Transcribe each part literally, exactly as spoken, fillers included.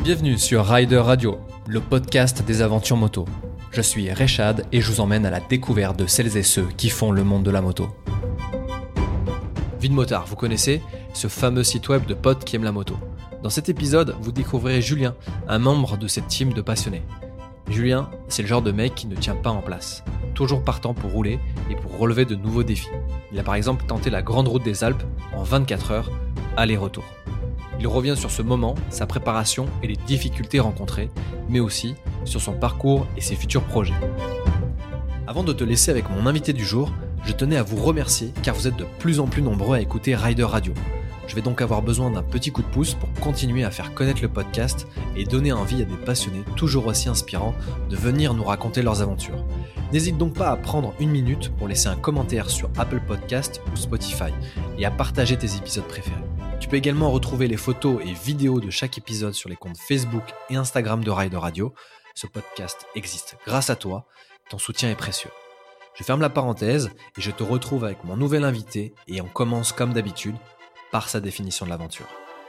Bienvenue sur Rider Radio, le podcast des aventures moto. Je suis Rechad et je vous emmène à la découverte de celles et ceux qui font le monde de la moto. Vidmotard, vous connaissez ce fameux site web de potes qui aiment la moto. Dans cet épisode, vous découvrirez Julien, un membre de cette team de passionnés. Julien, c'est le genre de mec qui ne tient pas en place, toujours partant pour rouler et pour relever de nouveaux défis. Il a par exemple tenté la grande route des Alpes en vingt-quatre heures, aller-retour. Il revient sur ce moment, sa préparation et les difficultés rencontrées, mais aussi sur son parcours et ses futurs projets. Avant de te laisser avec mon invité du jour, je tenais à vous remercier car vous êtes de plus en plus nombreux à écouter Rider Radio. Je vais donc avoir besoin d'un petit coup de pouce pour continuer à faire connaître le podcast et donner envie à des passionnés toujours aussi inspirants de venir nous raconter leurs aventures. N'hésite donc pas à prendre une minute pour laisser un commentaire sur Apple Podcast ou Spotify et à partager tes épisodes préférés. Tu peux également retrouver les photos et vidéos de chaque épisode sur les comptes Facebook et Instagram de Rider Radio. Ce podcast existe grâce à toi, ton soutien est précieux. Je ferme la parenthèse et je te retrouve avec mon nouvel invité et on commence comme d'habitude par sa définition de l'aventure.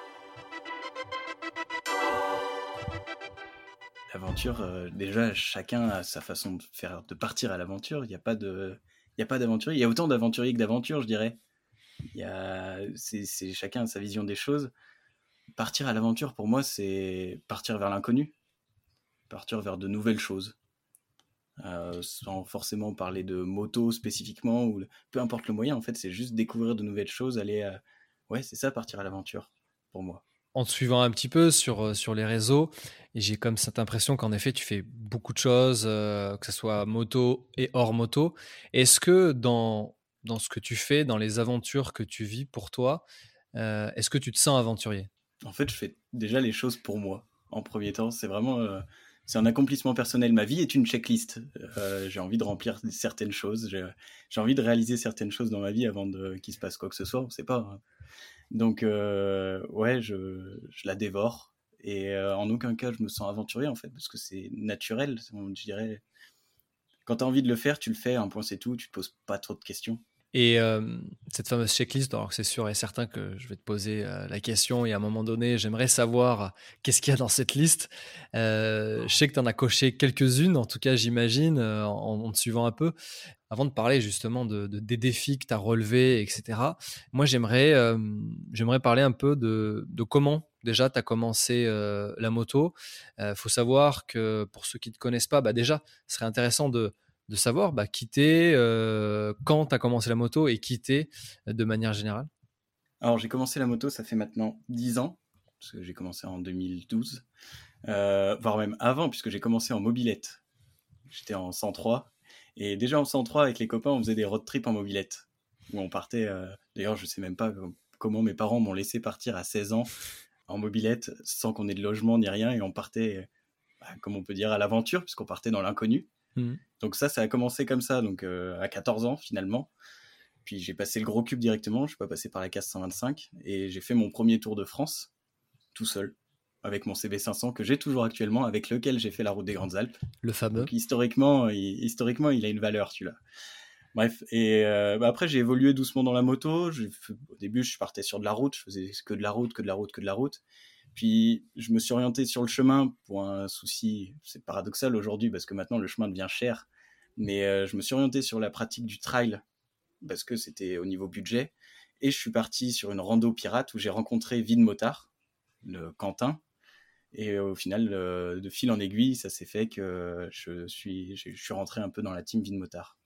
L'aventure, euh, déjà, chacun a sa façon de faire, de partir à l'aventure. Il n'y a pas de, il y a pas d'aventurier. Il y a autant d'aventuriers que d'aventures, je dirais. Il y a, c'est, c'est chacun a sa vision des choses. Partir à l'aventure, pour moi, c'est partir vers l'inconnu, partir vers de nouvelles choses, euh, sans forcément parler de moto spécifiquement ou peu importe le moyen. En fait, c'est juste découvrir de nouvelles choses, aller, à... ouais, c'est ça, partir à l'aventure, pour moi. En te suivant un petit peu sur, sur les réseaux, et j'ai comme cette impression qu'en effet, tu fais beaucoup de choses, euh, que ce soit moto et hors moto. Est-ce que dans, dans ce que tu fais, dans les aventures que tu vis pour toi, euh, est-ce que tu te sens aventurier ? En fait, je fais déjà les choses pour moi, en premier temps. C'est vraiment... Euh, c'est un accomplissement personnel. Ma vie est une checklist. Euh, j'ai envie de remplir certaines choses. J'ai, j'ai envie de réaliser certaines choses dans ma vie avant de, qu'il se passe quoi que ce soit. On ne sait pas, hein. Donc, euh, ouais, je, je la dévore. Et euh, en aucun cas, je me sens aventurier, en fait, parce que c'est naturel. Je dirais, quand tu as envie de le faire, tu le fais, un point, c'est tout. Tu te poses pas trop de questions. Et euh, cette fameuse checklist, alors que c'est sûr et certain que je vais te poser euh, la question et à un moment donné, j'aimerais savoir qu'est-ce qu'il y a dans cette liste. Euh, je sais que tu en as coché quelques-unes, en tout cas j'imagine, euh, en, en te suivant un peu. Avant de parler justement de, de, des défis que tu as relevés, et cetera, moi j'aimerais, euh, j'aimerais parler un peu de, de comment déjà tu as commencé euh, la moto. Il euh, faut savoir que pour ceux qui ne te connaissent pas, bah, déjà, ce serait intéressant de de savoir bah, qui t'es, euh, quand tu as commencé la moto et qui t'es euh, de manière générale. Alors j'ai commencé la moto, ça fait maintenant dix ans, parce que j'ai commencé en deux mille douze, euh, voire même avant, puisque j'ai commencé en mobilette. J'étais en cent trois, et déjà en cent trois, avec les copains, on faisait des road trips en mobilette, où on partait, euh, d'ailleurs je sais même pas comment mes parents m'ont laissé partir à seize ans en mobilette, sans qu'on ait de logement ni rien, et on partait, bah, comme on peut dire, à l'aventure, puisqu'on partait dans l'inconnu. Mmh. Donc ça, ça a commencé comme ça, donc euh, à quatorze ans finalement. Puis j'ai passé le gros cube directement, je suis pas passé par la casse cent vingt-cinq, et j'ai fait mon premier Tour de France, tout seul, avec mon C B cinq cents que j'ai toujours actuellement, avec lequel j'ai fait la route des Grandes Alpes. Le fameux. Donc historiquement, il, historiquement, il a une valeur celui-là. Bref, et euh, bah après j'ai évolué doucement dans la moto. J'ai fait, au début, je partais sur de la route, je faisais que de la route, que de la route, que de la route. Puis je me suis orienté sur le chemin pour un souci, c'est paradoxal aujourd'hui parce que maintenant le chemin devient cher, mais euh, je me suis orienté sur la pratique du trail parce que c'était au niveau budget, et je suis parti sur une rando pirate où j'ai rencontré Vidmotard, le Quentin, et au final, euh, de fil en aiguille, ça s'est fait que je suis, je suis rentré un peu dans la team Vidmotard.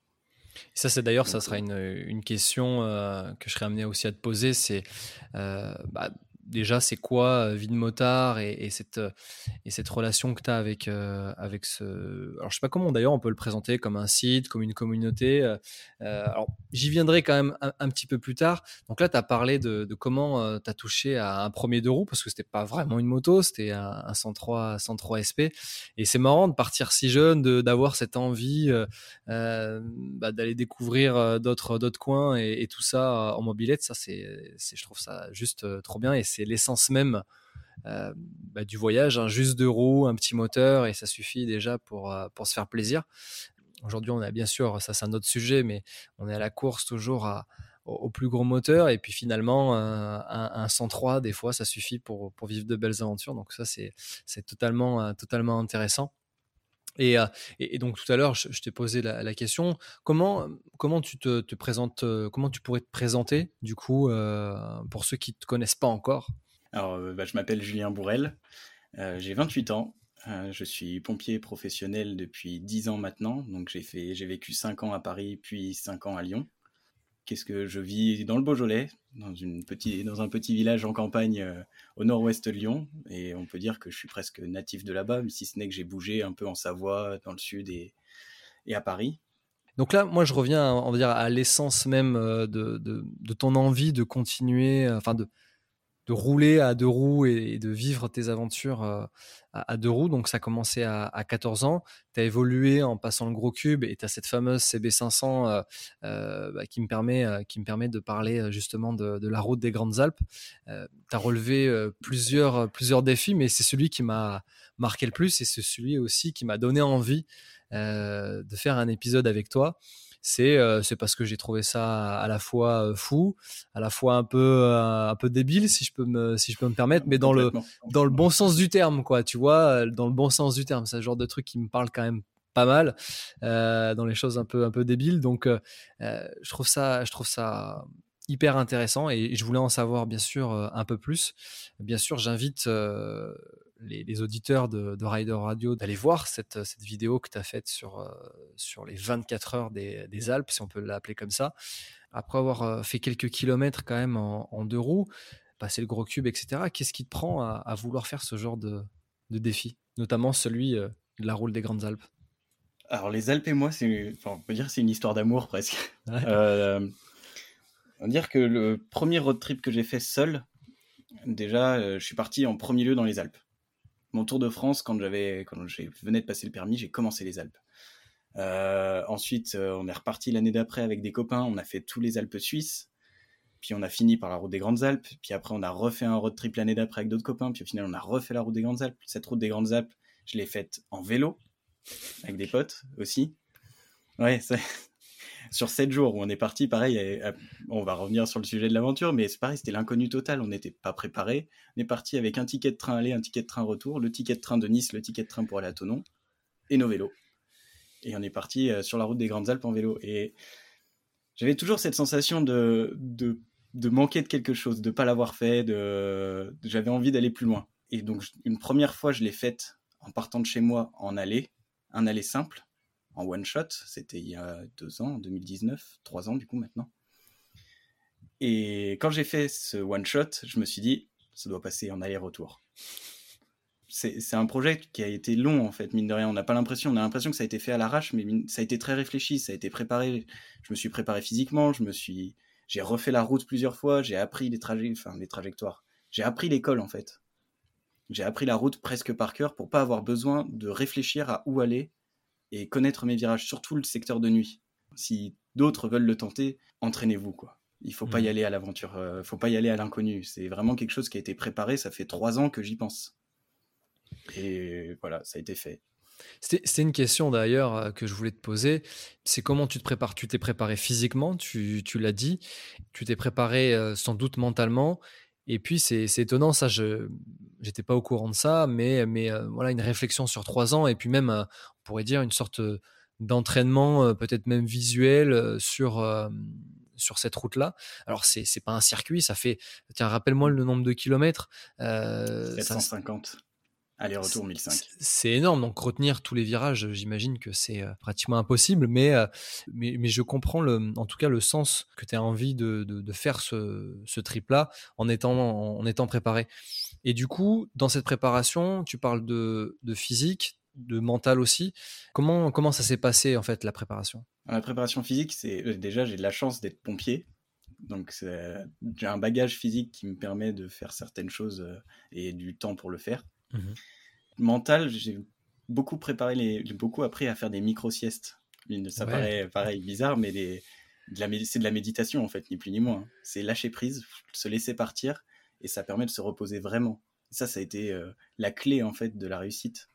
Et ça, c'est d'ailleurs, Donc, ça sera une, une question euh, que je serais amené aussi à te poser, c'est euh, bah, déjà, c'est quoi Vidmotard et, et, cette, et cette relation que tu as avec, euh, avec ce... Alors, je sais pas comment d'ailleurs on peut le présenter, comme un site, comme une communauté. Euh, alors, j'y viendrai quand même un, un petit peu plus tard. Donc là, tu as parlé de, de comment euh, tu as touché à un premier deux roues, parce que c'était pas vraiment une moto, c'était un, un cent trois S P. Et c'est marrant de partir si jeune, de, d'avoir cette envie euh, euh, bah, d'aller découvrir d'autres, d'autres coins et, et tout ça en mobilette. Ça, c'est, c'est, je trouve ça juste euh, trop bien, et c'est l'essence même euh, bah, du voyage, hein, juste deux roues, un petit moteur, et ça suffit déjà pour, euh, pour se faire plaisir. Aujourd'hui, on a bien sûr, ça c'est un autre sujet, mais on est à la course toujours à, au, au plus gros moteur. Et puis finalement, euh, un, un cent trois, des fois, ça suffit pour, pour vivre de belles aventures. Donc ça, c'est, c'est totalement, euh, totalement intéressant. Et, euh, et, et donc tout à l'heure, je, je t'ai posé la, la question, comment, comment tu te, te présentes, euh, comment tu pourrais te présenter, du coup, euh, pour ceux qui ne te connaissent pas encore? Alors, euh, bah, je m'appelle Julien Bourrel, euh, j'ai vingt-huit ans, euh, je suis pompier professionnel depuis dix ans maintenant, donc j'ai fait, j'ai vécu cinq ans à Paris, puis cinq ans à Lyon. Qu'est-ce que je vis dans le Beaujolais, dans, une petit, dans un petit village en campagne euh, au nord-ouest de Lyon, et on peut dire que je suis presque natif de là-bas, si ce n'est que j'ai bougé un peu en Savoie, dans le sud et, et à Paris. Donc là, moi, je reviens, on va dire, à l'essence même euh, de, de, de ton envie de continuer, euh, enfin de, de rouler à deux roues et, et de vivre tes aventures euh, à, à deux roues. Donc ça a commencé à, à quatorze ans. Tu as évolué en passant le gros cube et tu as cette fameuse C B cinq cents euh, euh, bah, qui, me permet, euh, qui me permet de parler euh, justement de, de la route des Grandes Alpes. Euh, tu as relevé euh, plusieurs, plusieurs défis, mais c'est celui qui m'a marqué le plus et c'est celui aussi qui m'a donné envie euh, de faire un épisode avec toi. C'est, euh, c'est parce que j'ai trouvé ça à la fois euh, fou, à la fois un peu, euh, un peu débile, si je peux me, si je peux me permettre, mais dans le, dans le bon sens du terme, quoi, tu vois, dans le bon sens du terme. C'est le genre de truc qui me parle quand même pas mal, euh, dans les choses un peu, un peu débiles. Donc, euh, je trouve ça, je trouve ça hyper intéressant et je voulais en savoir, bien sûr, un peu plus. Bien sûr, j'invite euh, les, les auditeurs de, de Rider Radio d'aller voir cette, cette vidéo que tu as faite sur, euh, sur les vingt-quatre heures des, des Alpes, si on peut l'appeler comme ça. Après avoir fait quelques kilomètres quand même en, en deux roues, passer le gros cube, et cetera, qu'est-ce qui te prend à, à vouloir faire ce genre de, de défi, notamment celui euh, de la route des Grandes Alpes? Alors les Alpes et moi, c'est, enfin, on peut dire que c'est une histoire d'amour presque. Ouais. Euh, on va dire que le premier road trip que j'ai fait seul, déjà, euh, je suis parti en premier lieu dans les Alpes. Mon Tour de France, quand j'avais, quand je venais de passer le permis, j'ai commencé les Alpes. Euh, ensuite, euh, on est reparti l'année d'après avec des copains, on a fait tous les Alpes suisses, puis on a fini par la route des Grandes Alpes, puis après on a refait un road trip l'année d'après avec d'autres copains, puis au final on a refait la route des Grandes Alpes. Cette route des Grandes Alpes, je l'ai faite en vélo, avec des potes aussi. Ouais, c'est... sur sept jours où on est parti, pareil, on va revenir sur le sujet de l'aventure, mais c'est pareil, c'était l'inconnu total, on n'était pas préparé. On est parti avec un ticket de train aller, un ticket de train retour, le ticket de train de Nice, le ticket de train pour aller à Thonon, et nos vélos. Et on est parti sur la route des Grandes Alpes en vélo. Et j'avais toujours cette sensation de, de, de manquer de quelque chose, de ne pas l'avoir fait, de... j'avais envie d'aller plus loin. Et donc, une première fois, je l'ai faite en partant de chez moi en aller, un aller simple, en one shot, c'était il y a deux ans, en deux mille dix-neuf, trois ans du coup maintenant. Et quand j'ai fait ce one shot, je me suis dit, ça doit passer en aller-retour. C'est, c'est un projet qui a été long en fait, mine de rien. On n'a pas l'impression, on a l'impression que ça a été fait à l'arrache, mais ça a été très réfléchi, ça a été préparé. Je me suis préparé physiquement, je me suis, j'ai refait la route plusieurs fois, j'ai appris les trajets, enfin les trajectoires. J'ai appris l'école en fait. J'ai appris la route presque par cœur pour pas avoir besoin de réfléchir à où aller et connaître mes virages, surtout le secteur de nuit. Si d'autres veulent le tenter, entraînez-vous, quoi. Il faut pas y aller à l'aventure, euh, faut pas y aller à l'inconnu. C'est vraiment quelque chose qui a été préparé, ça fait trois ans que j'y pense. Et voilà, ça a été fait. C'était, c'était une question d'ailleurs euh, que je voulais te poser. C'est comment tu te prépares? Tu t'es préparé physiquement, tu, tu l'as dit. Tu t'es préparé euh, sans doute mentalement. Et puis c'est, c'est étonnant, ça, je j'étais pas au courant de ça, mais, mais euh, voilà, une réflexion sur trois ans, et puis même, euh, on pourrait dire, une sorte d'entraînement, euh, peut-être même visuel, euh, sur, euh, sur cette route-là. Alors, c'est, c'est pas un circuit, ça fait... Tiens, rappelle-moi le nombre de kilomètres. Euh, sept cent cinquante. Ça, aller-retour mille cinq. C'est énorme, donc retenir tous les virages, j'imagine que c'est euh, pratiquement impossible, mais, euh, mais, mais je comprends le, en tout cas le sens que tu as envie de, de, de faire ce, ce trip-là en étant, en, en étant préparé. Et du coup, dans cette préparation, tu parles de, de physique, de mental aussi. Comment, comment ça s'est passé en fait, la préparation? La préparation physique, c'est déjà j'ai de la chance d'être pompier. Donc c'est... j'ai un bagage physique qui me permet de faire certaines choses et du temps pour le faire. Mmh. Mental, j'ai beaucoup préparé les... j'ai beaucoup appris à faire des micro-siestes. Ça ouais. paraît pareil bizarre, mais des... de la... c'est de la méditation en fait, ni plus ni moins. C'est lâcher prise, se laisser partir, et ça permet de se reposer vraiment. Ça, ça a été euh, la clé en fait de la réussite.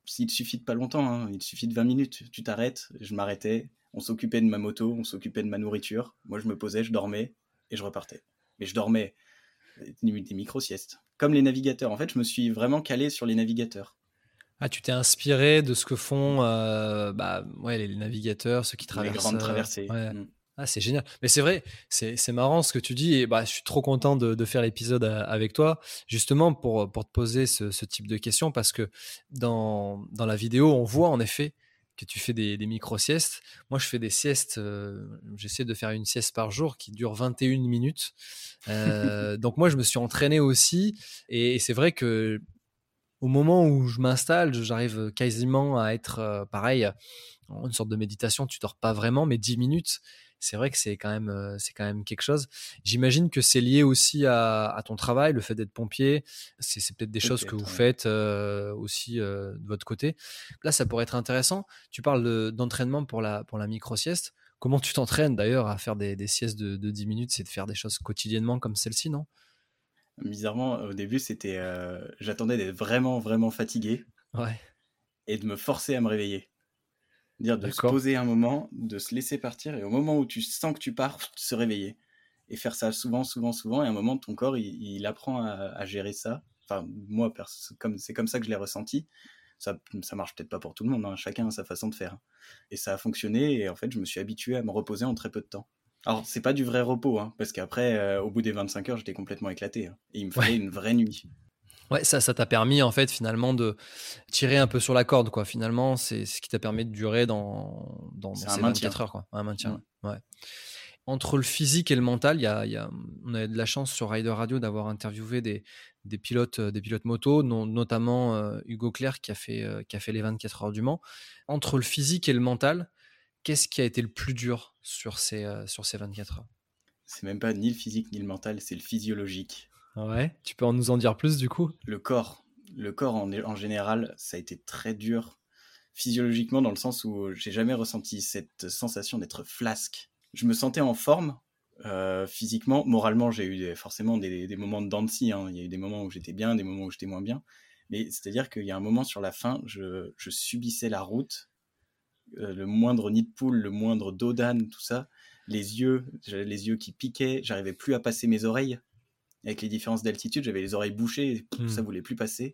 il te suffit de pas longtemps, hein, il te suffit de vingt minutes. Tu t'arrêtes, je m'arrêtais, on s'occupait de ma moto, on s'occupait de ma nourriture. Moi, je me posais, je dormais et je repartais. Mais je dormais des, des micro-siestes. Comme les navigateurs. En fait, je me suis vraiment calé sur les navigateurs. Ah, tu t'es inspiré de ce que font euh, bah, ouais, les navigateurs, ceux qui traversent. Les grandes traversées. Euh, ouais. Mm. Ah, c'est génial. Mais c'est vrai, c'est, c'est marrant ce que tu dis. Et bah, je suis trop content de, de faire l'épisode à, avec toi, justement pour, pour te poser ce, ce type de questions, parce que dans, dans la vidéo, on voit en effet que tu fais des, des micro-siestes. Moi, je fais des siestes. Euh, j'essaie de faire une sieste par jour qui dure vingt et une minutes. Euh, donc moi, je me suis entraîné aussi. Et, et c'est vrai que au moment où je m'installe, j'arrive quasiment à être euh, pareil, en une sorte de méditation. Tu dors pas vraiment, mais dix minutes, c'est vrai que c'est quand même, euh, c'est quand même quelque chose. J'imagine que c'est lié aussi à, à ton travail, le fait d'être pompier. C'est, c'est peut-être des choses que vous ouais. faites euh, aussi euh, de votre côté. Là, ça pourrait être intéressant. Tu parles de, d'entraînement pour la, pour la micro-sieste. Comment tu t'entraînes d'ailleurs à faire des, des siestes de, de dix minutes? C'est de faire des choses quotidiennement comme celle-ci, non? Bizarrement, au début, c'était, euh, j'attendais d'être vraiment, vraiment fatigué Ouais. et de me forcer à me réveiller. Dire de D'accord. se poser un moment, de se laisser partir et au moment où tu sens que tu pars, se réveiller. Et faire ça souvent, souvent, souvent. Et à un moment, ton corps, il, il apprend à, à gérer ça. Enfin, moi, comme, c'est comme ça que je l'ai ressenti. Ça, ça marche peut-être pas pour tout le monde, hein. Chacun a sa façon de faire. Et ça a fonctionné et en fait, je me suis habitué à me reposer en très peu de temps. Alors, c'est pas du vrai repos, hein, parce qu'après, euh, au bout des vingt-cinq heures, j'étais complètement éclaté. Hein, et il me fallait ouais. une vraie nuit. Ouais, ça, ça t'a permis en fait finalement de tirer un peu sur la corde, quoi. Finalement, c'est ce qui t'a permis de durer dans, dans, dans ces vingt-quatre heures, quoi. Un maintien. Mmh. Ouais. Entre le physique et le mental, il y a, il y a, on a de la chance sur Rider Radio d'avoir interviewé des, des pilotes, des pilotes moto, non, notamment euh, Hugo Clerc qui a fait, euh, qui a fait les vingt-quatre heures du Mans. Entre le physique et le mental, qu'est-ce qui a été le plus dur sur ces, euh, sur ces vingt-quatre heures? C'est même pas ni le physique ni le mental, c'est le physiologique. Ouais, tu peux nous en dire plus du coup? Le corps. Le corps en, en général, ça a été très dur physiologiquement dans le sens où j'ai jamais ressenti cette sensation d'être flasque. Je me sentais en forme euh, physiquement. Moralement, j'ai eu des, forcément des, des moments de dents de scie, hein. Il y a eu des moments où j'étais bien, des moments où j'étais moins bien. Mais c'est-à-dire qu'il y a un moment sur la fin, je, je subissais la route. Euh, le moindre nid de poule, le moindre dos d'âne, tout ça. Les yeux, j'avais les yeux qui piquaient. J'arrivais plus à passer mes oreilles. Avec les différences d'altitude, j'avais les oreilles bouchées. Et pff, mmh. Ça voulait plus passer.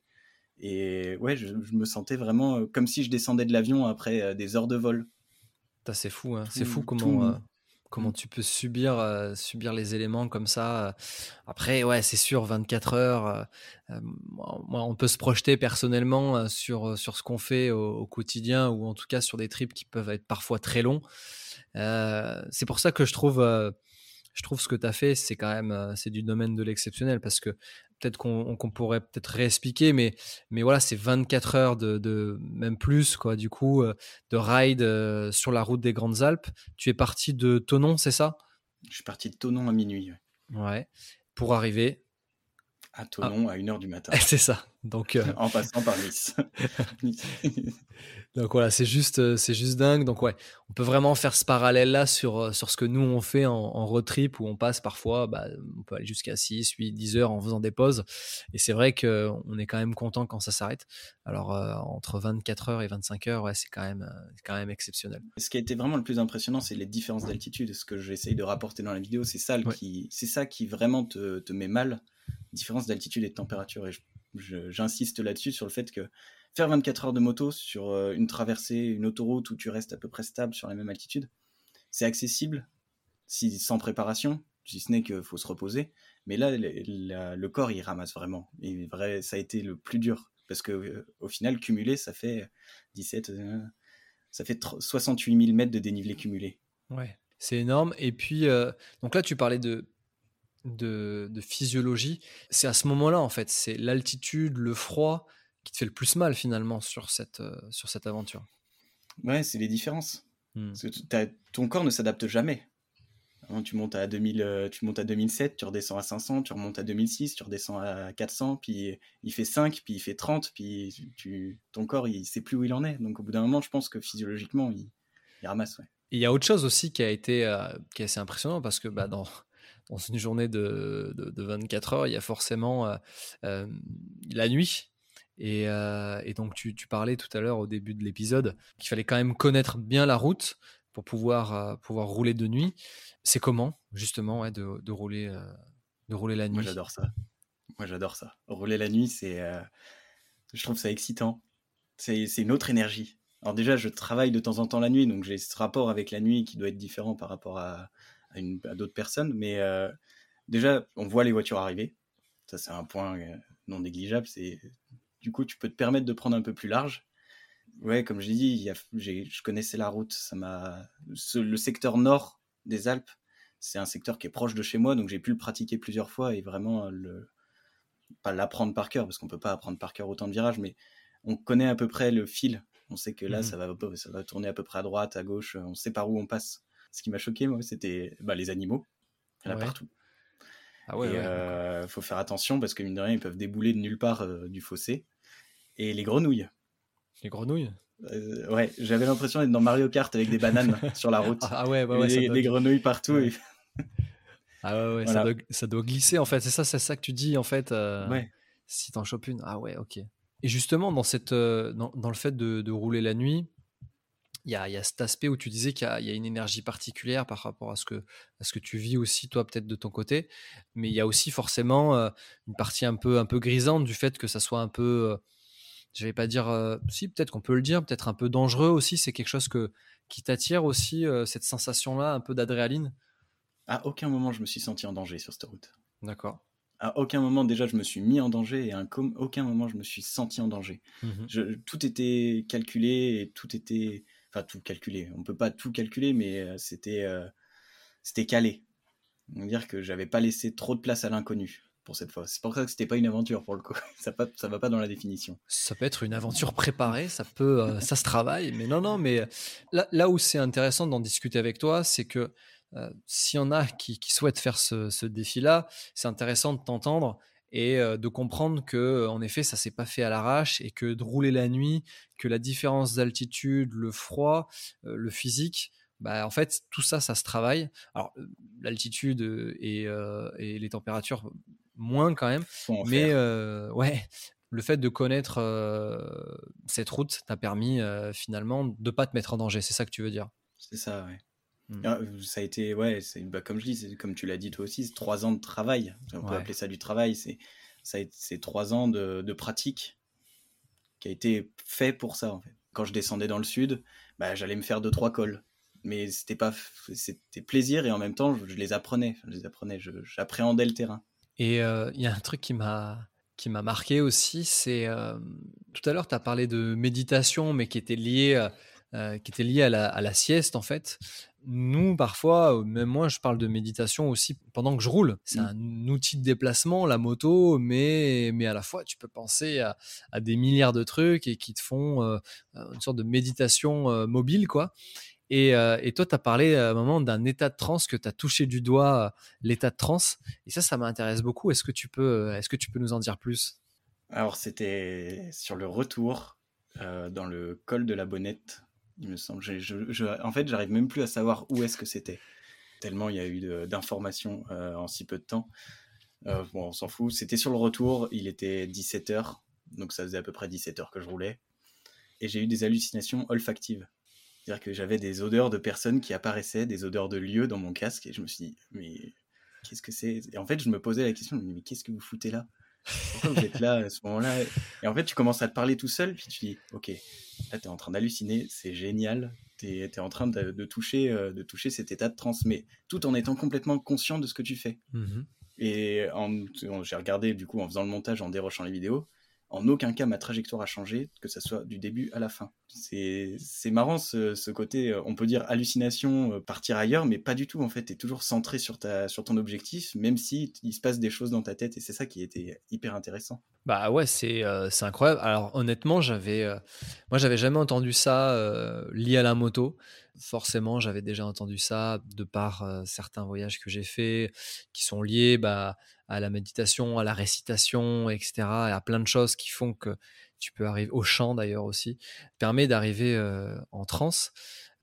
Et ouais, je, je me sentais vraiment euh, comme si je descendais de l'avion après euh, des heures de vol. Putain, c'est fou, hein. Tout, c'est fou comment, tout... euh, comment tu peux subir, euh, subir les éléments comme ça. Après, ouais, c'est sûr, vingt-quatre heures, euh, euh, on peut se projeter personnellement euh, sur, sur ce qu'on fait au, au quotidien ou en tout cas sur des trips qui peuvent être parfois très longs. Euh, c'est pour ça que je trouve... Euh, je trouve ce que tu as fait, c'est quand même c'est du domaine de l'exceptionnel parce que peut-être qu'on, qu'on pourrait peut-être réexpliquer, mais, mais voilà, c'est vingt-quatre heures de, de même plus, quoi, du coup, de ride euh, sur la route des Grandes Alpes. Tu es parti de Thonon, c'est ça? Je suis parti de Thonon à minuit. Ouais. ouais. Pour arriver à Thonon ah. à une heure du matin. C'est ça. Donc, euh... en passant par Nice. Donc voilà, c'est juste, c'est juste dingue. Donc ouais, on peut vraiment faire ce parallèle-là sur, sur ce que nous on fait en, en road trip où on passe parfois, bah, on peut aller jusqu'à six, huit, dix heures en faisant des pauses. Et c'est vrai qu'on est quand même content quand ça s'arrête. Alors euh, entre vingt-quatre heures et vingt-cinq heures, ouais, c'est quand même, c'est quand même exceptionnel. Ce qui a été vraiment le plus impressionnant, c'est les différences d'altitude. Ce que j'essaye de rapporter dans la vidéo, c'est ça, ouais. qui, c'est ça qui vraiment te, te met mal. Différence d'altitude et de température. Et je, je, j'insiste là-dessus sur le fait que faire vingt-quatre heures de moto sur une traversée, une autoroute où tu restes à peu près stable sur la même altitude, c'est accessible si, sans préparation, si ce n'est qu'il faut se reposer. Mais là, le, la, le corps, il ramasse vraiment. Et vrai, ça a été le plus dur. Parce qu'au euh, final, cumulé, ça fait dix-sept, euh, ça fait soixante-huit mille mètres de dénivelé cumulé. Ouais, c'est énorme. Et puis, euh, donc là, tu parlais de De, de physiologie, c'est à ce moment-là en fait, c'est l'altitude, le froid qui te fait le plus mal finalement sur cette, euh, sur cette aventure. Ouais, c'est les différences. Hmm. Parce que ton corps ne s'adapte jamais. Hein, tu montes à deux mille, euh, tu montes à deux mille sept, tu redescends à cinq cents, tu remontes à deux mille six, tu redescends à quatre cents, puis il fait cinq, puis il fait trente, puis tu, ton corps il sait plus où il en est. Donc au bout d'un moment, je pense que physiologiquement, il, il ramasse. Ouais. Il y a autre chose aussi qui a été euh, qui est assez impressionnant parce que bah, dans dans une journée de, de, de vingt-quatre heures, il y a forcément euh, euh, la nuit. Et, euh, et donc, tu, tu parlais tout à l'heure au début de l'épisode qu'il fallait quand même connaître bien la route pour pouvoir, euh, pouvoir rouler de nuit. C'est comment, justement, ouais, de, de, rouler, euh, de rouler la nuit? Moi, j'adore ça. Moi, j'adore ça. Rouler la nuit, c'est, euh, je trouve ça excitant. C'est, c'est une autre énergie. Alors déjà, je travaille de temps en temps la nuit, donc j'ai ce rapport avec la nuit qui doit être différent par rapport à, à, une, à d'autres personnes. Mais euh, déjà, on voit les voitures arriver. Ça, c'est un point euh, non négligeable. C'est, du coup, tu peux te permettre de prendre un peu plus large. Ouais, comme j'ai dit, il y a, j'ai, je connaissais la route. Ça m'a, ce, le secteur nord des Alpes, c'est un secteur qui est proche de chez moi, donc j'ai pu le pratiquer plusieurs fois et vraiment le, pas l'apprendre par cœur, parce qu'on peut pas apprendre par cœur autant de virages, mais on connaît à peu près le fil. On sait que là, mmh. ça va, ça va tourner à peu près à droite, à gauche. On sait par où on passe. Ce qui m'a choqué, moi, c'était bah, les animaux. Il y en a ouais. partout. Ah ouais, et il ouais, euh, faut faire attention parce que mine de rien, ils peuvent débouler de nulle part euh, du fossé. Et les grenouilles. Les grenouilles euh, Ouais, j'avais l'impression d'être dans Mario Kart avec des bananes sur la route. Ah ouais, bah ouais, des, doit... des grenouilles partout. Ouais. Et... Ah ouais, ouais, voilà. ça, doit, ça doit glisser en fait. C'est ça, c'est ça que tu dis en fait. Euh, ouais. Si t'en chopes une. Ah ouais, ok. Et justement, dans, cette, euh, dans, dans le fait de, de rouler la nuit, il y a, y a cet aspect où tu disais qu'il y a, y a une énergie particulière par rapport à ce, que, à ce que tu vis aussi, toi, peut-être de ton côté. Mais il y a aussi forcément euh, une partie un peu, un peu grisante du fait que ça soit un peu, euh, je vais pas dire, euh, si, peut-être qu'on peut le dire, peut-être un peu dangereux aussi. C'est quelque chose que, qui t'attire aussi, euh, cette sensation-là, un peu d'adrénaline? À aucun moment, je me suis senti en danger sur cette route. D'accord. À aucun moment, déjà, je me suis mis en danger et à aucun moment, je me suis senti en danger. Mmh. Je, tout était calculé et tout était... Enfin, tout calculé. On ne peut pas tout calculer, mais c'était, euh, c'était calé. C'est-à-dire que je n'avais pas laissé trop de place à l'inconnu pour cette fois. C'est pour ça que ce n'était pas une aventure, pour le coup. Ça ne va pas dans la définition. Ça peut être une aventure préparée, ça, peut, euh, ça se travaille. Mais non, non, mais là, là où c'est intéressant d'en discuter avec toi, c'est que Euh, s'il y en a qui, qui souhaitent faire ce, ce défi-là, c'est intéressant de t'entendre et euh, de comprendre que, en effet, ça s'est pas fait à l'arrache et que de rouler la nuit, que la différence d'altitude, le froid, euh, le physique, bah, en fait, tout ça, ça se travaille. Alors, l'altitude et, euh, et les températures, moins quand même, mais euh, ouais. Le fait de connaître euh, cette route t'a permis euh, finalement de pas te mettre en danger. C'est ça que tu veux dire? C'est ça, ouais. Mmh. Ça a été, ouais, c'est, bah, comme je dis, c'est, comme tu l'as dit toi aussi, c'est trois ans de travail. On ouais. peut appeler ça du travail. C'est, ça a été, c'est trois ans de, de pratique qui a été fait pour ça, en fait. Quand je descendais dans le sud, bah, j'allais me faire deux, trois cols. Mais c'était pas, c'était plaisir et en même temps, je, je les apprenais. Je les apprenais, je, j'appréhendais le terrain. Et il euh, y a un truc qui m'a, qui m'a marqué aussi, c'est euh, tout à l'heure, tu as parlé de méditation, mais qui était lié, euh, qui était lié à la, à la sieste, en fait. Nous, parfois, même moi, je parle de méditation aussi pendant que je roule. C'est mmh. un outil de déplacement, la moto, mais, mais à la fois, tu peux penser à, à des milliards de trucs et qui te font euh, une sorte de méditation euh, mobile, quoi. Et, euh, et toi, tu as parlé à un moment d'un état de transe, que tu as touché du doigt, euh, l'état de transe. Et ça, ça m'intéresse beaucoup. Est-ce que tu peux, est-ce que tu peux nous en dire plus? Alors, c'était sur le retour, euh, dans le col de la Bonnette. Il me semble. Je, je, je, en fait, j'arrive même plus à savoir où est-ce que c'était. Tellement il y a eu de, d'informations euh, en si peu de temps. Euh, bon, on s'en fout. C'était sur le retour. Il était dix-sept heures. Donc ça faisait à peu près dix-sept heures que je roulais. Et j'ai eu des hallucinations olfactives. C'est-à-dire que j'avais des odeurs de personnes qui apparaissaient, des odeurs de lieux dans mon casque. Et je me suis dit, mais qu'est-ce que c'est? Et en fait, je me posais la question, je me dis, mais qu'est-ce que vous foutez là? Pourquoi vous êtes là à ce moment-là? Et en fait, tu commences à te parler tout seul, puis tu dis, ok, là, t'es en train d'halluciner, c'est génial, t'es, t'es en train de, de, toucher, euh, de toucher cet état de transe, mais tout en étant complètement conscient de ce que tu fais. Mm-hmm. Et en, j'ai regardé, du coup, en faisant le montage, en dérochant les vidéos, en aucun cas, ma trajectoire a changé, que ça soit du début à la fin. C'est, c'est marrant, ce, ce côté, on peut dire hallucination, partir ailleurs, mais pas du tout, en fait. T'es toujours centré sur, ta, sur ton objectif, même si il se passe des choses dans ta tête, et c'est ça qui était hyper intéressant. Bah ouais, c'est, euh, c'est incroyable. Alors honnêtement, j'avais, euh, moi, j'avais jamais entendu ça euh, lié à la moto. Forcément, j'avais déjà entendu ça de par euh, certains voyages que j'ai faits, qui sont liés bah, à la méditation, à la récitation, et cetera, et à plein de choses qui font que tu peux arriver au chant d'ailleurs aussi, permet d'arriver euh, en transe.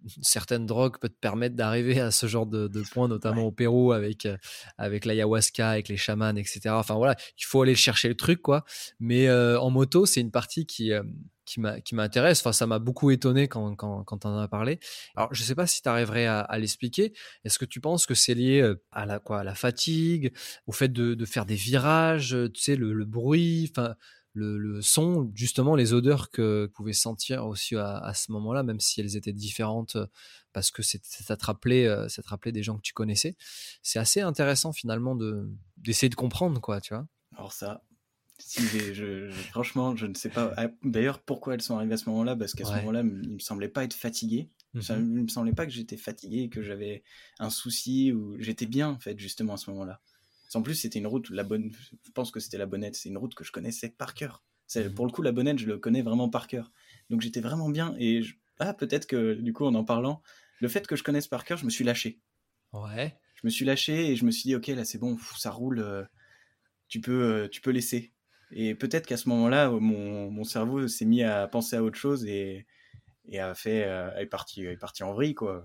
certaines drogues peuvent te permettre d'arriver à ce genre de, de points, notamment Ouais. au Pérou avec, euh, avec l'ayahuasca, avec les chamans, et cetera. Enfin voilà, il faut aller chercher le truc, quoi. Mais euh, en moto, c'est une partie qui, euh, qui, m'a, qui m'intéresse. Enfin, ça m'a beaucoup étonné quand, quand, quand tu en as parlé. Alors, je ne sais pas si tu arriverais à, à l'expliquer. Est-ce que tu penses que c'est lié euh, à la, quoi, à la fatigue, au fait de, de faire des virages, euh, tu sais, le, le bruit, enfin, le, le son, justement, les odeurs que vous pouvez sentir aussi à, à ce moment-là, même si elles étaient différentes, euh, parce que c'est, ça te rappelait, euh, ça te rappelait des gens que tu connaissais. C'est assez intéressant, finalement, de, d'essayer de comprendre, quoi, tu vois. Alors ça, si j'ai- je, je- franchement, je ne sais pas. Ah, d'ailleurs, pourquoi elles sont arrivées à ce moment-là, parce qu'à ce Ouais. moment-là, il me semblait pas être fatigué. Ça, Mhm. il me semblait pas que j'étais fatigué, que j'avais un souci, ou j'étais bien, en fait, justement, à ce moment-là. En plus, c'était une route, la bonne, je pense que c'était la Bonnette, c'est une route que je connaissais par cœur. C'est, Mhm. pour le coup, la Bonnette, je le connais vraiment par cœur. Donc j'étais vraiment bien, et je- ah, peut-être que, du coup, en en parlant, le fait que je connaisse par cœur, je me suis lâché. Ouais. Je me suis lâché, et je me suis dit, ok, là, c'est bon, pff, ça roule, euh, tu peux, euh, tu peux laisser. Et peut-être qu'à ce moment-là, mon, mon cerveau s'est mis à penser à autre chose, et, et a fait, euh, est parti, est parti en vrille, quoi.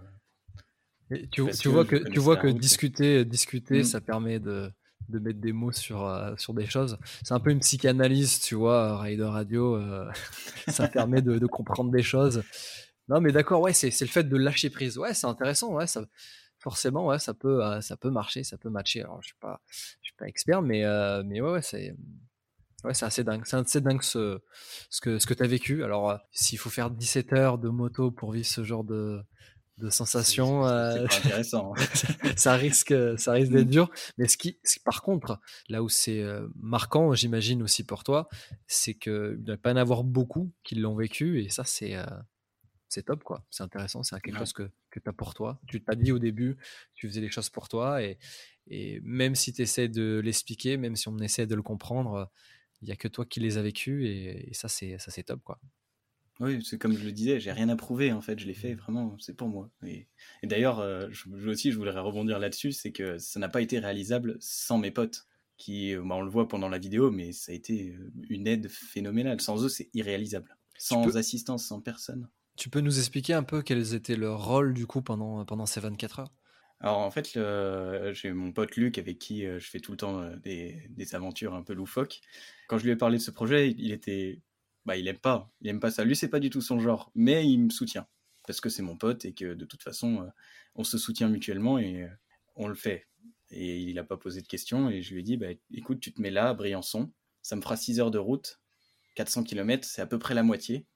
Et tu, Parce tu que vois je que tu connaissais vois la que route. discuter discuter Mm. ça permet de, de mettre des mots sur euh, sur des choses. C'est un peu une psychanalyse, tu vois, Rider Radio. euh, ça permet de, de comprendre des choses. Non, mais d'accord, ouais, c'est c'est le fait de lâcher prise. Ouais, c'est intéressant. Ouais, ça forcément, ouais, ça peut euh, ça peut marcher, ça peut matcher. Alors, je suis pas je suis pas expert, mais euh, mais ouais, ouais, c'est ouais, c'est assez dingue. C'est assez dingue ce ce que ce que t'as vécu. Alors, euh, s'il faut faire dix-sept heures de moto pour vivre ce genre de de C'est, sensations, c'est, c'est euh, pas intéressant. ça risque, ça risque d'être Mm. dur. Mais ce qui, ce- par contre, là où c'est euh, marquant, j'imagine aussi pour toi, c'est qu'il ne doit pas y en avoir beaucoup qui l'ont vécu. Et ça, c'est euh, c'est top, quoi. C'est intéressant. C'est quelque Ouais. chose que, que tu as pour toi. Tu t'as dit au début, tu faisais les choses pour toi. Et, et même si tu essaies de l'expliquer, même si on essaie de le comprendre, il n'y a que toi qui les as vécus. Et, et ça, c'est ça, c'est top, quoi. Oui, c'est comme je le disais, j'ai rien à prouver en fait, je l'ai fait Mm. vraiment, c'est pour moi. Et, et d'ailleurs, euh, je, je aussi, je voudrais rebondir là-dessus, c'est que ça n'a pas été réalisable sans mes potes, qui, euh, bah, on le voit pendant la vidéo, mais ça a été euh, une aide phénoménale. Sans eux, c'est irréalisable. Tu Sans peux, assistance, sans personne. tu peux nous expliquer un peu quels étaient leurs rôles, du coup, pendant, pendant ces vingt-quatre heures? Alors en fait, le- j'ai mon pote Luc avec qui euh, je fais tout le temps euh, des, des aventures un peu loufoques. Quand je lui ai parlé de ce projet, il, il était, bah il aime pas, il aime pas ça. Lui, c'est pas du tout son genre, mais il me soutient parce que c'est mon pote et que de toute façon, euh, on se soutient mutuellement et euh, on le fait. Et il a pas posé de questions et je lui ai dit, bah écoute, tu te mets là à Briançon, ça me fera six heures de route, quatre cents kilomètres, c'est à peu près la moitié.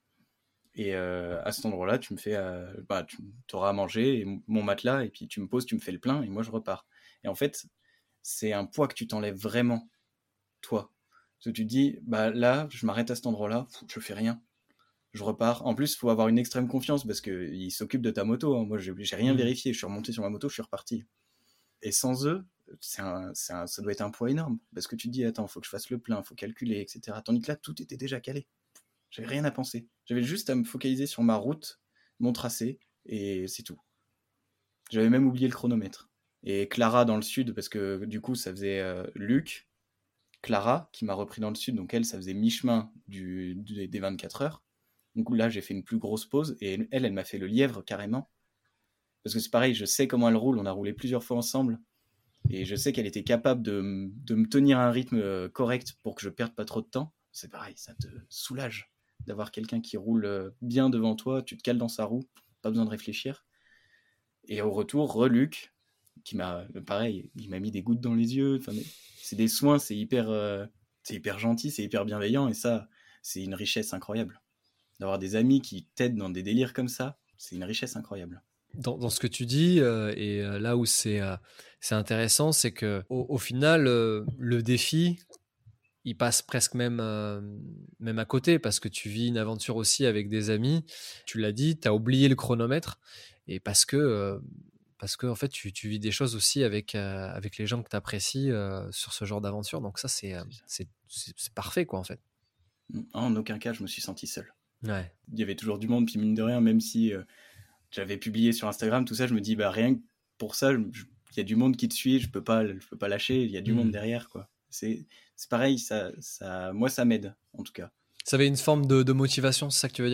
Et euh, à cet endroit-là, tu me fais, euh, bah, tu auras à manger, et mon matelas, et puis tu me poses, tu me fais le plein, et moi je repars. Et en fait, c'est un poids que tu t'enlèves vraiment, toi. Parce que tu te dis, bah là, je m'arrête à cet endroit-là, pff, je fais rien, je repars. En plus, il faut avoir une extrême confiance parce qu'il s'occupe de ta moto. Hein. Moi, j'ai j'ai rien Mm. vérifié, je suis remonté sur ma moto, je suis reparti. Et sans eux, c'est un, c'est un, ça doit être un poids énorme. Parce que tu te dis, attends, faut que je fasse le plein, faut calculer, et cetera. Tandis que là, tout était déjà calé. J'avais rien à penser. J'avais juste à me focaliser sur ma route, mon tracé, et c'est tout. J'avais même oublié le chronomètre. Et Clara dans le sud, parce que du coup, ça faisait euh, Luc, Clara, qui m'a repris dans le sud, donc elle, ça faisait mi-chemin du, du- des vingt-quatre heures. Donc là, j'ai fait une plus grosse pause, et elle, elle m'a fait le lièvre carrément. Parce que c'est pareil, je sais comment elle roule, on a roulé plusieurs fois ensemble, et je sais qu'elle était capable de, m- de me tenir un rythme euh, correct pour que je perde pas trop de temps. C'est pareil, ça te soulage d'avoir quelqu'un qui roule euh, bien devant toi, tu te cales dans sa roue, pas besoin de réfléchir. Et au retour, re-Luc, qui m'a, pareil, il m'a mis des gouttes dans les yeux. Enfin, c'est des soins, c'est hyper, euh, c'est hyper gentil, c'est hyper bienveillant, et ça, c'est une richesse incroyable. D'avoir des amis qui t'aident dans des délires comme ça, c'est une richesse incroyable. Dans, dans ce que tu dis, euh, et euh, là où c'est euh, c'est intéressant, c'est que au, au final, euh, le défi, il passe presque même, euh, même à côté parce que tu vis une aventure aussi avec des amis. Tu l'as dit, tu as oublié le chronomètre et parce que, euh, parce que en fait, tu, tu vis des choses aussi avec, euh, avec les gens que tu apprécies euh, sur ce genre d'aventure. Donc ça, c'est, euh, C'est ça. c'est, c'est, c'est parfait, quoi, en fait. En aucun cas, je me suis senti seul. Ouais. Il y avait toujours du monde, puis mine de rien, même si euh, j'avais publié sur Instagram, tout ça, je me dis, bah rien que pour ça, il y a du monde qui te suit, je peux pas, je peux pas lâcher, il y a du monde Mm. derrière, quoi. C'est, c'est pareil, ça, ça, moi, ça m'aide, en tout cas. Ça avait une forme de, de motivation, c'est ça que tu veux dire?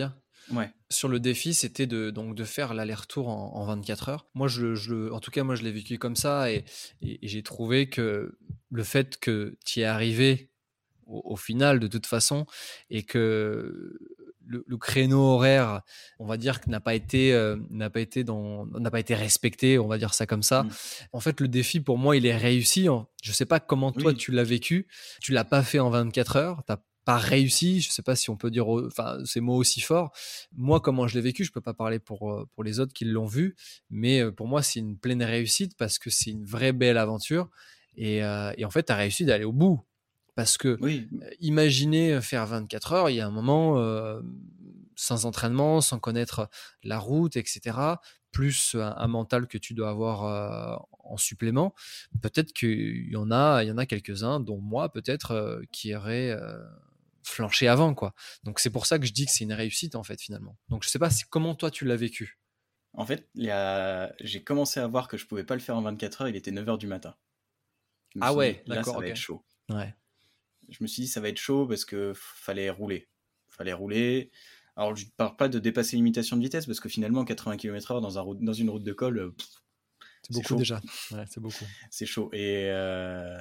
Ouais. Sur le défi, c'était de, donc, de faire l'aller-retour en, en vingt-quatre heures. Moi, je, je, en tout cas, moi, je l'ai vécu comme ça et, et, et j'ai trouvé que le fait que tu y es arrivé au, au final, de toute façon, et que le, le créneau horaire, on va dire, que n'a pas été, euh, n'a pas été dans, n'a pas été respecté, on va dire ça comme ça. Mm. En fait, le défi, pour moi, il est réussi. Je sais pas comment toi, Oui. tu l'as vécu. Tu l'as pas fait en vingt-quatre heures. T'as pas réussi, je sais pas si on peut dire, enfin, ces mots aussi forts. Moi, comment je l'ai vécu, je peux pas parler pour, pour les autres qui l'ont vu, mais pour moi, c'est une pleine réussite parce que c'est une vraie belle aventure. Et, euh, et en fait, tu as réussi d'aller au bout. Parce que, Oui. euh, imaginez faire vingt-quatre heures, il y a un moment, euh, sans entraînement, sans connaître la route, et cetera, plus un, un mental que tu dois avoir euh, en supplément, peut-être qu'il y en a, il y en a quelques-uns, dont moi peut-être, euh, qui auraient euh, flanché avant, quoi. Donc c'est pour ça que je dis que c'est une réussite, en fait, finalement. Donc je sais pas si, comment toi tu l'as vécu. En fait, il y a... j'ai commencé à voir que je pouvais pas le faire en vingt-quatre heures, il était neuf heures du matin. Je me Ah suis dit, ouais, là, d'accord, ça va ok. être chaud. Ouais. Je me suis dit, ça va être chaud parce que fallait rouler. Fallait rouler. Alors, je ne parle pas de dépasser une limitation de vitesse parce que finalement, quatre-vingts kilomètres heure dans, un route, dans une route de col, euh, pff, C'est c'est beaucoup chaud. déjà. Ouais, c'est beaucoup. C'est chaud. Et, euh,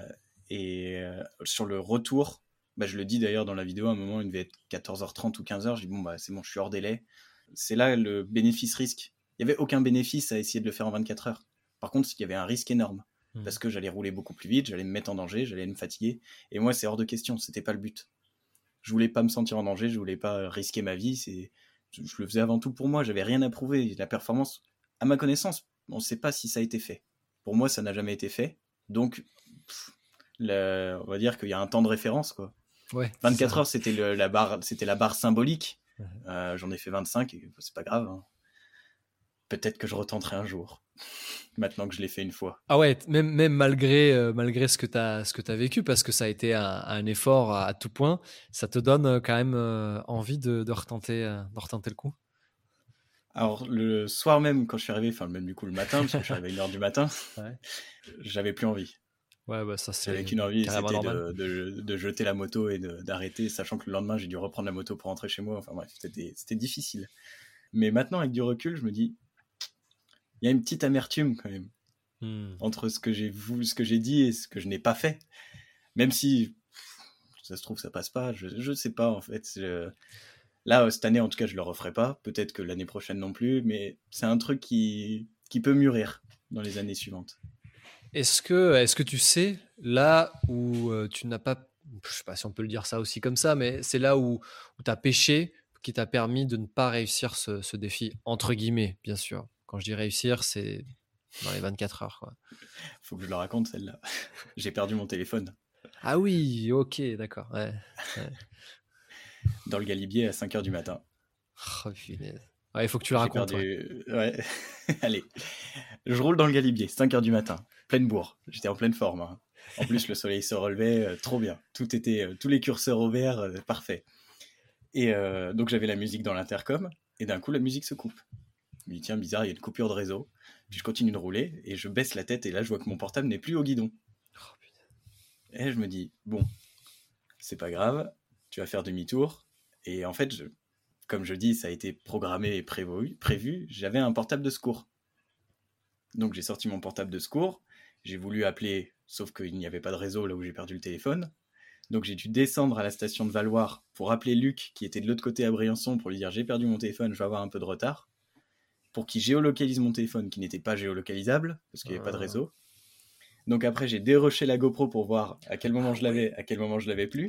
et euh, sur le retour, bah, je le dis d'ailleurs dans la vidéo, à un moment, il devait être quatorze heures trente ou quinze heures. Je dis, bon, bah, c'est bon, je suis hors délai. C'est là le bénéfice-risque. Il n'y avait aucun bénéfice à essayer de le faire en vingt-quatre heures. Par contre, il y avait un risque énorme. Mmh. Parce que j'allais rouler beaucoup plus vite, j'allais me mettre en danger, j'allais me fatiguer. Et moi, c'est hors de question, c'était pas le but. Je voulais pas me sentir en danger, je voulais pas risquer ma vie. C'est... Je le faisais avant tout pour moi, j'avais rien à prouver. La performance, à ma connaissance, on ne sait pas si ça a été fait. Pour moi, ça n'a jamais été fait. Donc, pff, le... on va dire qu'il y a un temps de référence, quoi. Ouais, vingt-quatre heures, c'était, le, la barre, c'était la barre symbolique. Ouais. Euh, j'en ai fait vingt-cinq, et c'est pas grave. Hein. Peut-être que je retenterai un jour, maintenant que je l'ai fait une fois. Ah ouais, même, même malgré, euh, malgré ce que tu as ce que tu as vécu, parce que ça a été un, un effort à, à tout point, ça te donne euh, quand même euh, envie de, de, retenter, euh, de retenter le coup. Alors, le soir même, quand je suis arrivé, enfin, même du coup le matin, parce que je suis arrivé à une heure du matin, ouais. J'avais plus envie. Ouais, bah ça, c'est J'avais qu'une envie, c'était de, de, de jeter la moto et de, d'arrêter, sachant que le lendemain, j'ai dû reprendre la moto pour rentrer chez moi. Enfin bref, c'était, c'était difficile. Mais maintenant, avec du recul, je me dis, il y a une petite amertume quand même hmm. entre ce que j'ai vu, ce que j'ai dit et ce que je n'ai pas fait. Même si ça se trouve, ça passe pas, je, je sais pas en fait. Je... Là, cette année, en tout cas, je le referai pas. Peut-être que l'année prochaine non plus, mais c'est un truc qui, qui peut mûrir dans les années suivantes. Est-ce que, est-ce que tu sais, là où euh, tu n'as pas, je sais pas si on peut le dire ça aussi comme ça, mais c'est là où, où tu as péché qui t'a permis de ne pas réussir ce, ce défi, entre guillemets, bien sûr. Quand je dis réussir, c'est dans les vingt-quatre heures, quoi. Faut que je le raconte, celle-là. J'ai perdu mon téléphone. Ah oui, ok, d'accord. Ouais, ouais. Dans le Galibier à cinq heures du matin. Oh, punaise. Ouais, il faut que tu le racontes. Perdu... Ouais. ouais. Allez. Je roule dans le Galibier, cinq heures du matin. Pleine bourre. J'étais en pleine forme. Hein. En plus, le soleil se relevait. Euh, trop bien. Tout était, euh, tous les curseurs au vert. Euh, parfait. Et euh, donc, j'avais la musique dans l'intercom. Et d'un coup, la musique se coupe. Je me dis, tiens, bizarre, il y a une coupure de réseau. Puis je continue de rouler. Et je baisse la tête. Et là, je vois que mon portable n'est plus au guidon. Oh, et je me dis, bon, c'est pas grave. Tu vas faire demi-tour. Et en fait, je... comme je dis, ça a été programmé et prévu, prévu, j'avais un portable de secours. Donc j'ai sorti mon portable de secours, j'ai voulu appeler, sauf qu'il n'y avait pas de réseau là où j'ai perdu le téléphone. Donc j'ai dû descendre à la station de Valloire pour appeler Luc, qui était de l'autre côté à Briançon, pour lui dire j'ai perdu mon téléphone, je vais avoir un peu de retard. Pour qu'il géolocalise mon téléphone, qui n'était pas géolocalisable, parce qu'il n'y avait ah. pas de réseau. Donc après j'ai déroché la GoPro pour voir à quel moment ah, je l'avais, ouais. à quel moment je l'avais plus.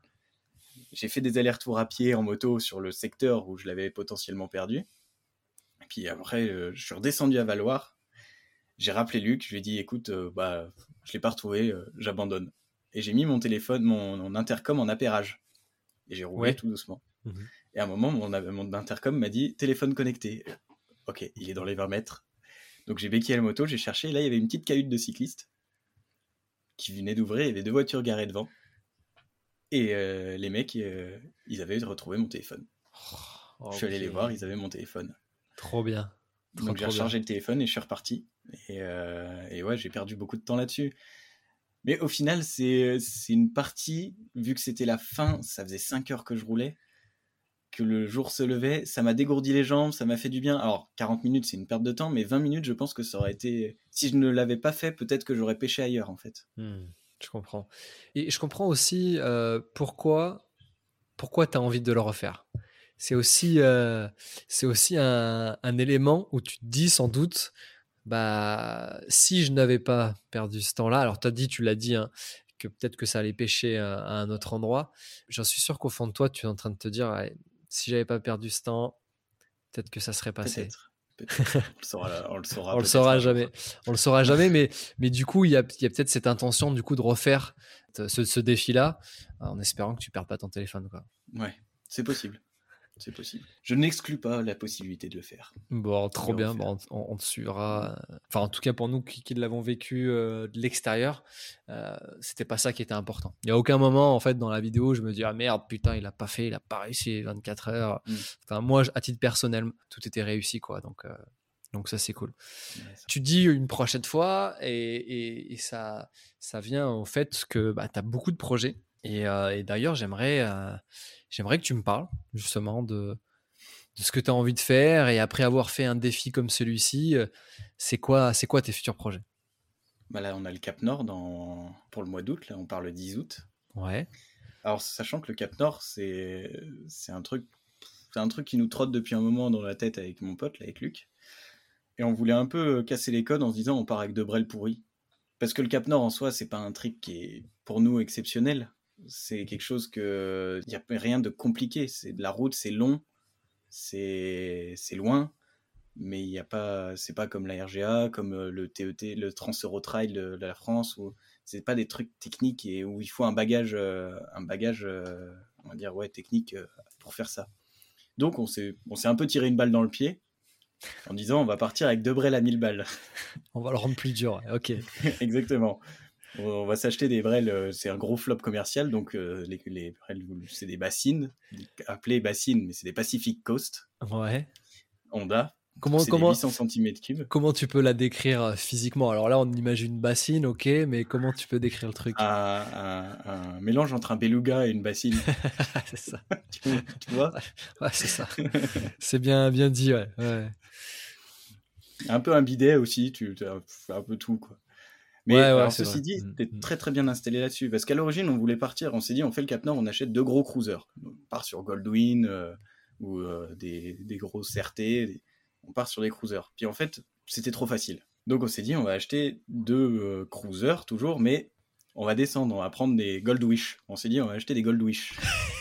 J'ai fait des allers-retours à pied en moto sur le secteur où je l'avais potentiellement perdu. Et puis après, euh, je suis redescendu à Valloire. J'ai rappelé Luc, je lui ai dit, écoute, euh, bah, je l'ai pas retrouvé, euh, j'abandonne. Et j'ai mis mon téléphone, mon, mon intercom en appairage. Et j'ai roulé ouais. tout doucement. Mmh. Et à un moment, mon, mon intercom m'a dit, téléphone connecté. Ok, il est dans les vingt mètres. Donc j'ai béquillé la moto, j'ai cherché. Et là, il y avait une petite cahute de cycliste qui venait d'ouvrir. Il y avait deux voitures garées devant. Et euh, les mecs, euh, ils avaient retrouvé mon téléphone. Oh, je suis allé okay. les voir, ils avaient mon téléphone. Trop bien. Trop, Donc j'ai rechargé le téléphone et je suis reparti. Et, euh, et ouais, j'ai perdu beaucoup de temps là-dessus. Mais au final, c'est, c'est une partie, vu que c'était la fin, ça faisait cinq heures que je roulais. que le jour se levait, ça m'a dégourdi les jambes, ça m'a fait du bien. Alors, quarante minutes, c'est une perte de temps, mais vingt minutes, je pense que ça aurait été... Si je ne l'avais pas fait, peut-être que j'aurais pêché ailleurs, en fait. Hmm, je comprends. Et je comprends aussi euh, pourquoi, pourquoi tu as envie de le refaire. C'est aussi, euh, c'est aussi un, un élément où tu te dis sans doute, bah, si je n'avais pas perdu ce temps-là, alors tu as dit, tu l'as dit, hein, que peut-être que ça allait pêcher à, à un autre endroit. J'en suis sûr qu'au fond de toi, tu es en train de te dire, ouais, si j'avais pas perdu ce temps, peut-être que ça serait passé. Peut-être. Peut-être. On le saura, on le saura, on le saura jamais. On le saura jamais, mais, mais du coup, il y a, il y a peut-être cette intention du coup de refaire ce, ce défi-là, en espérant que tu perdes pas ton téléphone, quoi. Ouais, c'est possible. C'est possible. Je n'exclus pas la possibilité de le faire. Bon, trop bien. Bon, on, on te suivra. Enfin, en tout cas, pour nous qui, qui l'avons vécu euh, de l'extérieur, euh, c'était pas ça qui était important. Il n'y a aucun moment, en fait, dans la vidéo, je me dis, ah merde, putain, il a pas fait, il a pas réussi vingt-quatre heures. Mm. Enfin, moi, à titre personnel, tout était réussi, quoi. Donc, euh, donc ça, c'est cool. Ouais, ça... Tu dis une prochaine fois, et, et, et ça, ça vient au fait que bah, tu as beaucoup de projets. Et, euh, et d'ailleurs, j'aimerais, euh, j'aimerais que tu me parles, justement, de. de ce que tu as envie de faire, et après avoir fait un défi comme celui-ci, c'est quoi, c'est quoi tes futurs projets? Bah là, on a le Cap Nord dans... pour le mois d'août, là on parle le dix août. Ouais. Alors, sachant que le Cap Nord, c'est, c'est, un truc... c'est un truc qui nous trotte depuis un moment dans la tête avec mon pote, là, avec Luc. Et on voulait un peu casser les codes en se disant on part avec de brels pourris. Parce que le Cap Nord en soi, c'est pas un trip qui est pour nous exceptionnel. C'est quelque chose que... il n'y a rien de compliqué. C'est de la route, c'est long. C'est, c'est loin, mais il y a pas, c'est pas comme la R G A, comme le T E T, le Trans-Eurotrail de, de la France, où c'est pas des trucs techniques et où il faut un bagage, euh, un bagage, euh, on va dire ouais technique euh, pour faire ça. Donc on s'est, on s'est un peu tiré une balle dans le pied en disant on va partir avec deux brels à mille balles. On va le rendre plus dur, ok. Exactement. On va s'acheter des brels, c'est un gros flop commercial, donc euh, les, les brels, c'est des bassines, appelées bassines, mais c'est des Pacific Coast. Ouais. Honda. Comment, c'est comment, des huit cents centimètres cubes. Comment tu peux la décrire physiquement? Alors là, on imagine une bassine, ok, mais comment tu peux décrire le truc? un, un, un mélange entre un beluga et une bassine. C'est ça. tu, tu vois? Ouais, c'est ça. C'est bien, bien dit, ouais. ouais. Un peu un bidet aussi, tu as un peu tout, quoi. Mais ouais, ouais, alors, c'est ceci vrai. dit, mmh. t'es très très bien installé là-dessus. Parce qu'à l'origine, on voulait partir, on s'est dit, on fait le Cap Nord, on achète deux gros cruisers. On part sur Goldwyn euh, ou euh, des, des gros C R T, des... on part sur des cruisers. Puis en fait, c'était trop facile. Donc on s'est dit, on va acheter deux euh, cruisers toujours, mais on va descendre, on va prendre des Goldwish. On s'est dit, on va acheter des Goldwish.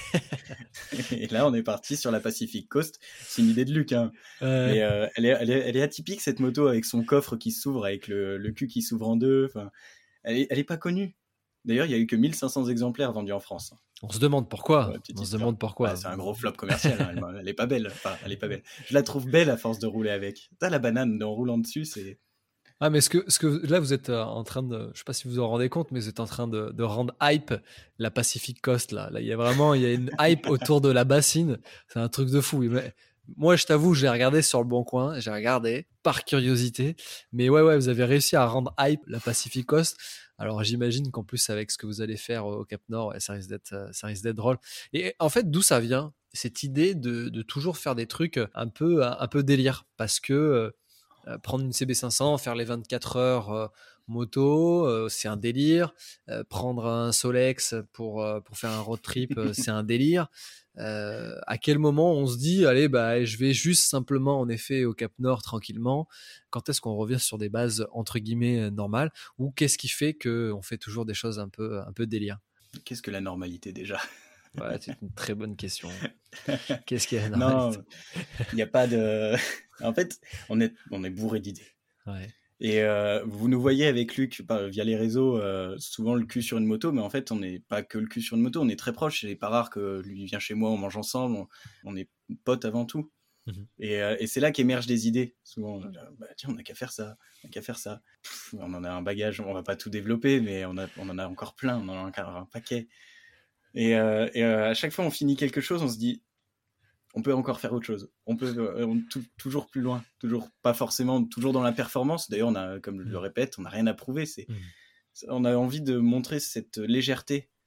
Et là, on est parti sur la Pacific Coast. C'est une idée de Luc, hein. Ouais. Mais euh, elle, est, elle, est, elle est atypique, cette moto, avec son coffre qui s'ouvre, avec le, le cul qui s'ouvre en deux. Enfin, elle est, elle est pas connue. D'ailleurs, il n'y a eu que mille cinq cents exemplaires vendus en France. On se demande pourquoi. Ouais, on se demande pourquoi. Ouais, c'est un gros flop commercial. Hein. Elle, elle est pas belle. Enfin, elle est pas belle. Je la trouve belle à force de rouler avec. T'as la banane en roulant dessus, c'est... Ah, mais ce que, ce que là, vous êtes en train de, je sais pas si vous vous en rendez compte, mais vous êtes en train de, de rendre hype la Pacific Coast, là. Là, il y a vraiment, il y a une hype autour de la bassine. C'est un truc de fou. Mais, moi, je t'avoue, j'ai regardé sur le Bon Coin, j'ai regardé par curiosité. Mais ouais, ouais, vous avez réussi à rendre hype la Pacific Coast. Alors, j'imagine qu'en plus, avec ce que vous allez faire au Cap Nord, ouais, ça risque d'être, ça risque d'être drôle. Et en fait, d'où ça vient, cette idée de, de toujours faire des trucs un peu, un, un peu délire, parce que, Euh, prendre une C B cinq cents, faire les vingt-quatre heures euh, moto, euh, c'est un délire. Euh, prendre un Solex pour, euh, pour faire un road trip, euh, c'est un délire. Euh, à quel moment on se dit, allez, bah, je vais juste simplement, en effet, au Cap Nord tranquillement. Quand est-ce qu'on revient sur des bases entre guillemets normales, ou qu'est-ce qui fait qu'on fait toujours des choses un peu, un peu délire? Qu'est-ce que la normalité déjà? Ouais, c'est une très bonne question. Qu'est-ce qu'il y a la normalité? Non, il n'y a pas de... En fait, on est, on est bourré d'idées. Ouais. Et euh, vous nous voyez avec Luc par, via les réseaux, euh, souvent le cul sur une moto, mais en fait, on n'est pas que le cul sur une moto, on est très proches. C'est pas rare que lui vient chez moi, on mange ensemble, on, on est potes avant tout. Mmh. Et, euh, et c'est là qu'émergent des idées. Souvent, bah, tiens, on n'a qu'à faire ça, on n'a qu'à faire ça. Pff, on en a un bagage, on va pas tout développer, mais on, a, on en a encore plein, on en a encore un paquet. Et, euh, et euh, à chaque fois, on finit quelque chose, on se dit, on peut encore faire autre chose. On peut euh, on, tout, toujours plus loin, toujours pas forcément toujours dans la performance. D'ailleurs, on a, comme je le répète, on n'a rien à prouver. C'est, mmh. On a envie de montrer cette légèreté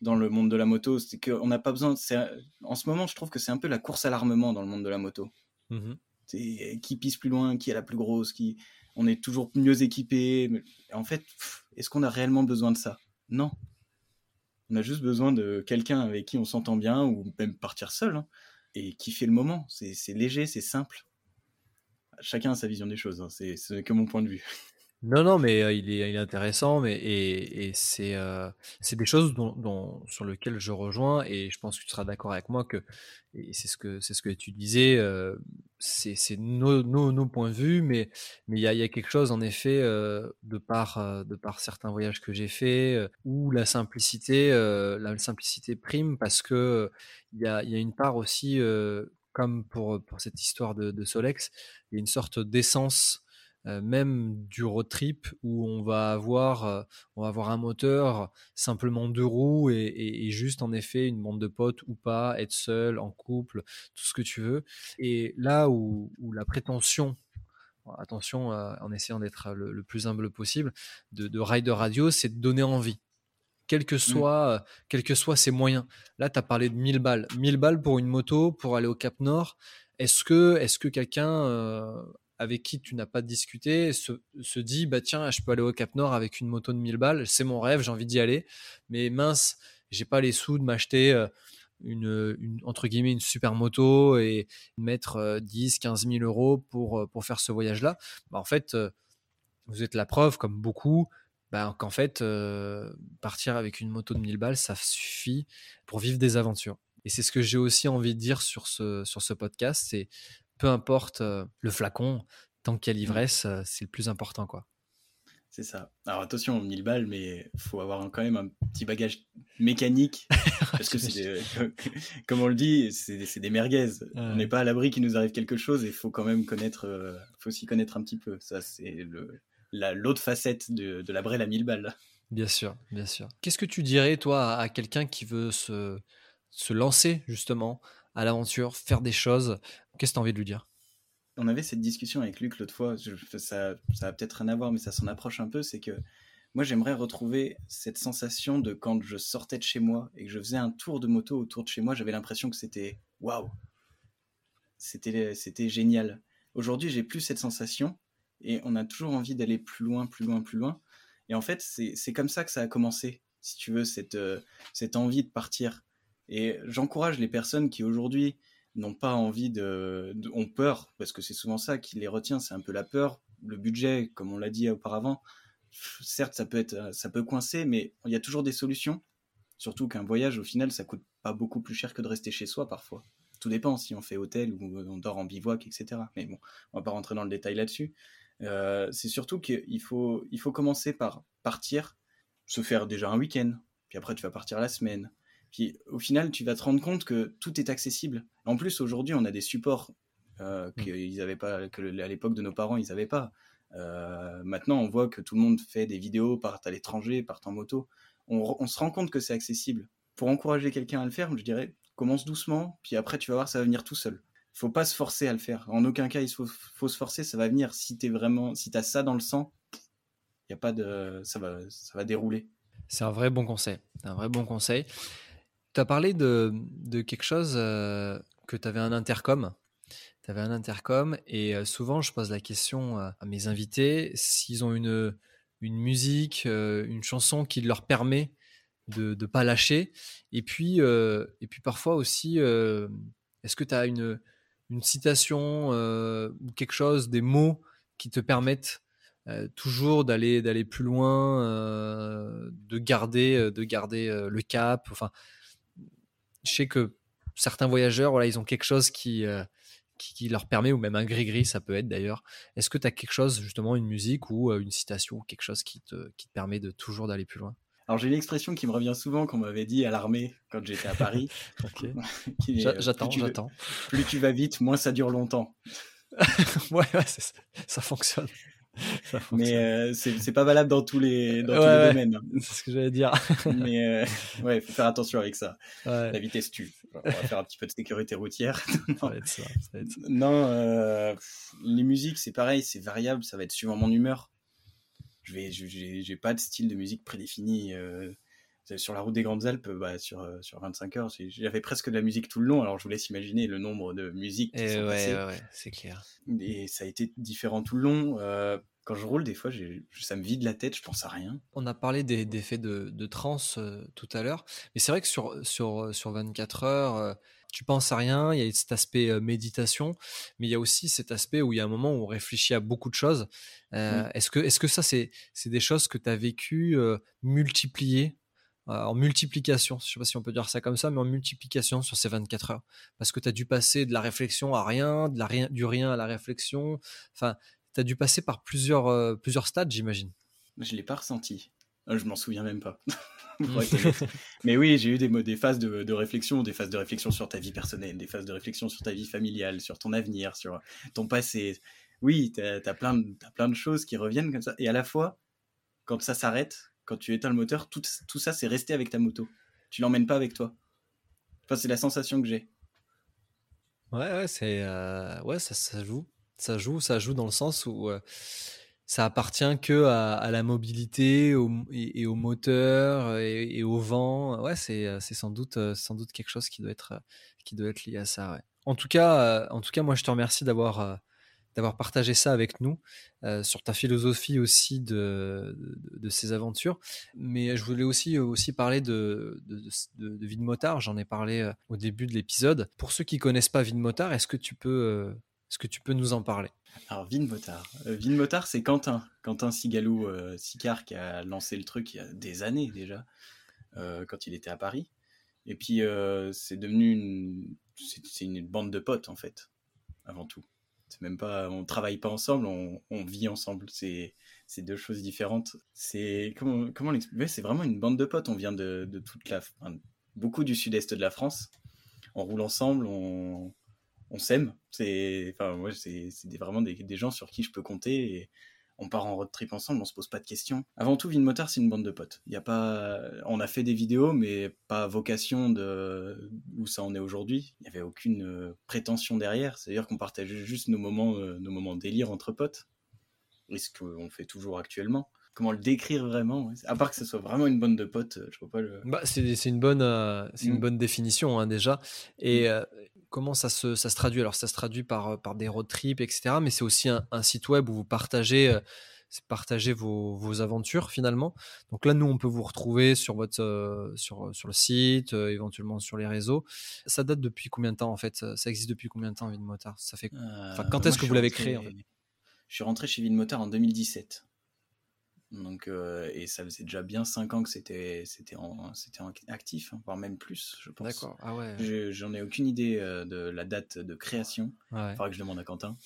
dans le monde de la moto, c'est qu'on n'a pas besoin. C'est, en ce moment, je trouve que c'est un peu la course à l'armement dans le monde de la moto. Mmh. C'est qui pisse plus loin, qui est la plus grosse, qui on est toujours mieux équipé. Mais en fait, pff, est-ce qu'on a réellement besoin de ça? Non. On a juste besoin de quelqu'un avec qui on s'entend bien, ou même partir seul, hein, et kiffer le moment. C'est, c'est léger, c'est simple. Chacun a sa vision des choses, hein. c'est, c'est que mon point de vue. Non, non, mais euh, il est, il est intéressant, mais et, et c'est, euh, c'est des choses dont, dont- sur lesquelles je rejoins, et je pense que tu seras d'accord avec moi que, et c'est ce que c'est ce que tu disais, euh, c'est, c'est nos, nos, nos points de vue, mais mais il y a, il y a quelque chose en effet euh, de par euh, de par certains voyages que j'ai faits euh, où la simplicité euh, la simplicité prime parce que euh, il y a il y a une part aussi euh, comme pour pour cette histoire de, de Solex, il y a une sorte d'essence euh, même du road trip où on va avoir, euh, on va avoir un moteur, simplement deux roues et, et- et juste en effet une bande de potes ou pas, être seul, en couple, tout ce que tu veux. Et là où, où la prétention, attention euh, en essayant d'être le, le plus humble possible, de, de Rider Radio, c'est de donner envie. Quels que Mm. soient, euh, quels que soient ses moyens. Là, tu as parlé de mille balles. mille balles pour une moto, pour aller au Cap Nord. Est-ce que, est-ce que quelqu'un euh, avec qui tu n'as pas discuté se, se dit, bah tiens, je peux aller au Cap Nord avec une moto de mille balles, c'est mon rêve, j'ai envie d'y aller, mais mince, j'ai pas les sous de m'acheter euh, une, une, entre guillemets, une super moto et mettre euh, dix, quinze mille euros pour, euh, pour faire ce voyage-là. Bah, en fait, euh, vous êtes la preuve, comme beaucoup, bah, qu'en fait, euh, partir avec une moto de mille balles, ça suffit pour vivre des aventures. Et c'est ce que j'ai aussi envie de dire sur ce, sur ce podcast, c'est peu importe euh, le flacon, tant qu'il y a Mm. l'ivresse, euh, c'est le plus important, quoi. C'est ça. Alors attention, mille balles, mais faut avoir quand même un petit bagage mécanique, parce que c'est des- comme on le dit, c'est des, c'est des merguez. On n'est Ouais. pas à l'abri qu'il nous arrive quelque chose, et il faut quand même connaître, euh, faut s'y connaître un petit peu. Ça, c'est le, la, l'autre facette de, de la brêle à mille balles. Bien sûr, bien sûr. Qu'est-ce que tu dirais, toi, à, à quelqu'un qui veut se, se lancer, justement, à l'aventure, faire des choses? Qu'est-ce que tu as envie de lui dire? On avait cette discussion avec Luc l'autre fois, je- ça, ça a peut-être rien à voir, mais ça s'en approche un peu, c'est que moi j'aimerais retrouver cette sensation de quand je sortais de chez moi et que je faisais un tour de moto autour de chez moi, j'avais l'impression que c'était waouh, c'était, c'était génial. Aujourd'hui, j'ai plus cette sensation et on a toujours envie d'aller plus loin, plus loin, plus loin. Et en fait, c'est, c'est comme ça que ça a commencé, si tu veux, cette, euh, cette envie de partir. Et j'encourage les personnes qui aujourd'hui n'ont pas envie de, de- ont peur, parce que c'est souvent ça qui les retient, c'est un peu la peur, le budget, comme on l'a dit auparavant. Certes, ça peut être, ça peut coincer, mais il y a toujours des solutions. Surtout qu'un voyage, au final, ça coûte pas beaucoup plus cher que de rester chez soi parfois. Tout dépend si on fait hôtel ou on dort en bivouac, et cetera. Mais bon, on va pas rentrer dans le détail là-dessus. Euh, c'est surtout qu'il faut, il faut commencer par partir, se faire déjà un week-end, puis après tu vas partir la semaine. Puis au final, tu vas te rendre compte que tout est accessible. En plus, aujourd'hui, on a des supports euh, Mm. qu'ils avaient pas, que à l'époque de nos parents, ils n'avaient pas. Euh, maintenant, on voit que tout le monde fait des vidéos, partent à l'étranger, partent en moto. On, on se rend compte que c'est accessible. Pour encourager quelqu'un à le faire, je dirais, commence doucement, puis après, tu vas voir, ça va venir tout seul. Faut pas se forcer à le faire. En aucun cas, il faut, faut se forcer, ça va venir. Si t'es vraiment, si t'as ça dans le sang, y a pas de, ça va, ça va dérouler. C'est un vrai bon conseil. Un vrai bon conseil. Tu as parlé de, de quelque chose euh, que tu avais un intercom. Tu avais un intercom et euh, souvent je pose la question euh, à mes invités s'ils ont une, une musique, euh, une chanson qui leur permet de ne pas lâcher. Et puis, euh, et puis parfois aussi, euh, est-ce que tu as une, une citation euh, ou quelque chose, des mots qui te permettent euh, toujours d'aller d'aller plus loin, euh, de garder euh, de garder euh, le cap. Enfin, je sais que certains voyageurs, voilà, ils ont quelque chose qui, euh, qui, qui leur permet, ou même un gris-gris, ça peut être d'ailleurs. Est-ce que tu as quelque chose, justement, une musique ou euh, une citation, quelque chose qui te, qui te permet de toujours d'aller plus loin? Alors j'ai une expression qui me revient souvent qu'on m'avait dit à l'armée quand j'étais à Paris, Ok. qui est J'a- euh, plus J'attends, tu, j'attends. plus tu vas vite, moins ça dure longtemps. Ouais, ouais, c'est ça. Ça fonctionne. Ça Mais fonctionne. euh, c'est c'est pas valable dans tous les Ouais, dans tous les ouais, domaines, hein. c'est ce que j'allais dire. Mais euh, ouais, faut faire attention avec ça. Ouais, La vitesse tue. On va faire un petit peu de sécurité routière. ça non, va être ça, ça va être ça. non euh, pff, les musiques c'est pareil, c'est variable, ça va être suivant mon humeur. Je vais, je- j'ai, j'ai pas de style de musique prédéfini. euh. Sur la route des Grandes Alpes, bah, sur, euh, sur vingt-cinq heures, j'avais presque de la musique tout le long, alors je vous laisse imaginer le nombre de musiques qui Et sont ouais, passées. ouais, ouais, c'est clair. Et ça a été différent tout le long. Euh, quand je roule, des fois, j'ai, ça me vide la tête, je pense à rien. On a parlé des, des effets de, de transe euh, tout à l'heure, mais c'est vrai que sur, sur, sur vingt-quatre heures, euh, tu penses à rien, il y a cet aspect euh, méditation, mais il y a aussi cet aspect où il y a un moment où on réfléchit à beaucoup de choses. Euh, Oui. est-ce que, est-ce que ça, c'est, c'est des choses que tu as vécues euh, multipliées euh, en multiplication, je sais pas si on peut dire ça comme ça, mais en multiplication sur ces vingt-quatre heures. Parce que tu as dû passer de la réflexion à rien, de la rien, du rien à la réflexion. Enfin, tu as dû passer par plusieurs, euh, plusieurs stades, j'imagine. Je ne l'ai pas ressenti. Euh, Je m'en souviens même pas. Pour être honnête. Mais oui, j'ai eu des, des phases de, de réflexion, des phases de réflexion sur ta vie personnelle, des phases de réflexion sur ta vie familiale, sur ton avenir, sur ton passé. Oui, tu as plein, de- t'as plein de choses qui reviennent comme ça. Et à la fois, quand ça s'arrête, quand tu éteins le moteur, tout, tout ça, c'est resté avec ta moto. Tu l'emmènes pas avec toi. Enfin, c'est la sensation que j'ai. Ouais, ouais, c'est euh, ouais, ça, ça joue, ça joue, ça joue dans le sens où euh, ça appartient que à, à la mobilité au, et, et au moteur et, et au vent. Ouais, c'est euh, c'est sans doute euh, sans doute quelque chose qui doit être euh, qui doit être lié à ça. Ouais. En tout cas, euh, en tout cas, moi, je te remercie d'avoir euh, d'avoir partagé ça avec nous euh, sur ta philosophie aussi de, de, de ces aventures. Mais je voulais aussi, aussi parler de, de, de, de Vie de motard. J'en ai parlé euh, au début de l'épisode. Pour ceux qui connaissent pas Vie de motard, est-ce que tu peux, euh, est-ce que tu peux nous en parler? Alors, Vin Motard. Euh, Vin Motard, c'est Quentin. Quentin Sigalou, euh, Sicard, qui a lancé le truc il y a des années déjà, euh, quand il était à Paris. Et puis, euh, c'est devenu une... C'est, c'est une bande de potes, en fait, avant tout. C'est même pas... On travaille pas ensemble, on, on vit ensemble. C'est, c'est deux choses différentes. C'est... Comment, comment l'expliquer? C'est vraiment une bande de potes. On vient de, de toute la... Enfin, beaucoup du sud-est de la France. On roule ensemble, on on s'aime. C'est, enfin, moi, c'est, c'est des, vraiment des, des gens sur qui je peux compter et on part en road trip ensemble, on se pose pas de questions. Avant tout, Vin Motard, c'est une bande de potes. Il y a pas, on a fait des vidéos, mais pas vocation de où ça en est aujourd'hui. Il y avait aucune euh, prétention derrière. C'est-à-dire qu'on partageait juste nos moments, euh, nos moments délire entre potes. Et ce qu'on fait toujours actuellement. Comment le décrire vraiment, ouais. À part que ce soit vraiment une bande de potes, je vois pas le. Bah, c'est, c'est une bonne, euh, c'est une Mm. bonne définition hein, déjà. Et Mm. euh, comment ça se, ça se traduit? Alors, ça se traduit par, par des road trips, et cetera. Mais c'est aussi un, un site web où vous partagez, euh, partagez vos, vos aventures finalement. Donc là, nous, on peut vous retrouver sur votre, euh, sur, sur le site, euh, éventuellement sur les réseaux. Ça date depuis combien de temps en fait? Ça existe depuis combien de temps, Vie de motard? Ça fait, enfin, Euh, quand bah, est-ce moi, que je vous suis l'avez rentré, créé en fait? je suis rentré chez Vin Motard en deux mille dix-sept. Donc, euh, et ça faisait déjà bien cinq ans que c'était, c'était, en, c'était en actif, hein, voire même plus, je pense. D'accord. Ah ouais. Je, j'en ai aucune idée euh, de la date de création. Il Ouais. faudra que je demande à Quentin.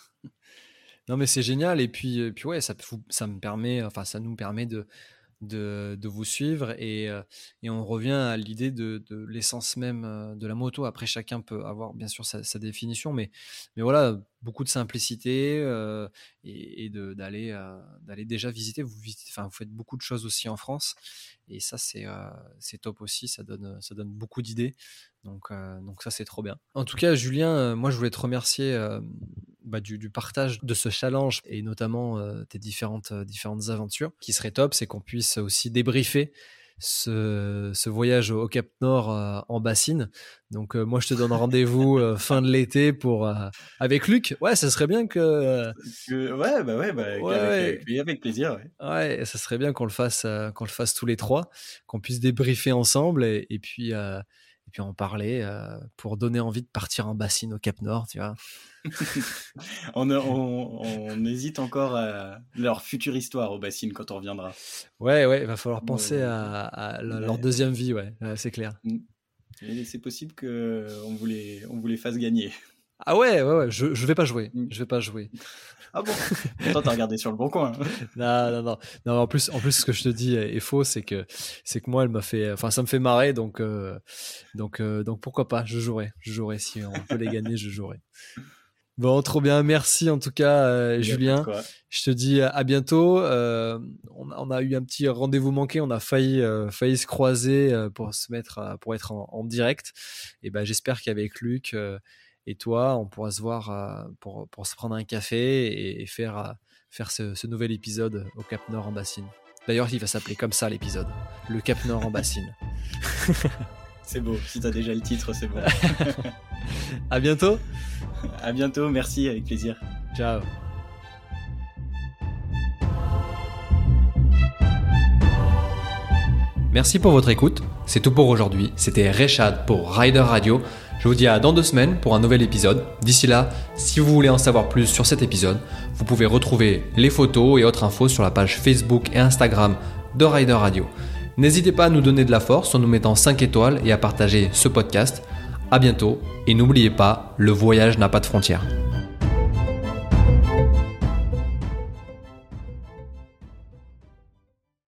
Non, mais c'est génial. Et puis, et puis ouais, ça, ça me permet, enfin, ça nous permet de, de, de vous suivre et, euh, et on revient à l'idée de, de l'essence même euh, de la moto. Après, chacun peut avoir bien sûr sa, sa définition, mais, mais voilà, beaucoup de simplicité euh, et, et de, d'aller, euh, d'aller déjà visiter. Vous, visitez, enfin, vous faites beaucoup de choses aussi en France et ça, c'est, euh, c'est top aussi. Ça donne, ça donne beaucoup d'idées. Donc, euh, donc ça, c'est trop bien. En tout cas, Julien, euh, moi, je voulais te remercier euh, bah, du, du partage de ce challenge et notamment euh, tes différentes, euh, différentes aventures. Ce qui serait top, c'est qu'on puisse aussi débriefer ce, ce voyage au Cap Nord euh, en bassine. Donc euh, moi, je te donne rendez-vous euh, fin de l'été pour euh, avec Luc. Ouais, ça serait bien que... euh, Que, ouais, bah ouais, bah, ouais, avec, ouais. avec, avec plaisir. Ouais. Ouais, ça serait bien qu'on le fasse, euh, qu'on le fasse tous les trois, qu'on puisse débriefer ensemble et, et puis euh, et puis en parler euh, pour donner envie de partir en bassine au Cap Nord, tu vois. on, on, on hésite encore à leur future histoire aux bassines quand on reviendra. Ouais, ouais, il va falloir penser Euh, à, à leur ouais. deuxième vie, ouais, ouais c'est clair. Et c'est possible qu'on vous les, on vous les fasse gagner. Ah ouais, ouais, ouais, je, je vais pas jouer, je vais pas jouer. Ah bon? Pourtant, t'as regardé sur le bon coin. non, non, non, non. En plus, en plus, ce que je te dis est faux, c'est que, c'est que moi, elle m'a fait, enfin, ça me fait marrer, donc, euh, donc, euh, donc, pourquoi pas? Je jouerai, je jouerai si on peut les gagner, je jouerai. Bon, trop bien, merci en tout cas, euh, Julien. Je te dis à bientôt. Euh, on, on a eu un petit rendez-vous manqué, on a failli, euh, failli se croiser euh, pour se mettre, à, pour être en, en direct. Et ben, j'espère qu'avec Luc. Euh, et toi, on pourra se voir euh, pour, pour se prendre un café et, et faire, euh, faire ce, ce nouvel épisode au Cap Nord en bassine. D'ailleurs, il va s'appeler comme ça l'épisode. Le Cap Nord en bassine. C'est beau, si t'as déjà le titre, c'est bon. À bientôt. À bientôt, merci, avec plaisir. Ciao. Merci pour votre écoute. C'est tout pour aujourd'hui. C'était Rechad pour Rider Radio. Je vous dis à dans deux semaines pour un nouvel épisode. D'ici là, si vous voulez en savoir plus sur cet épisode, vous pouvez retrouver les photos et autres infos sur la page Facebook et Instagram de Rider Radio. N'hésitez pas à nous donner de la force en nous mettant cinq étoiles et à partager ce podcast. À bientôt et n'oubliez pas, le voyage n'a pas de frontières.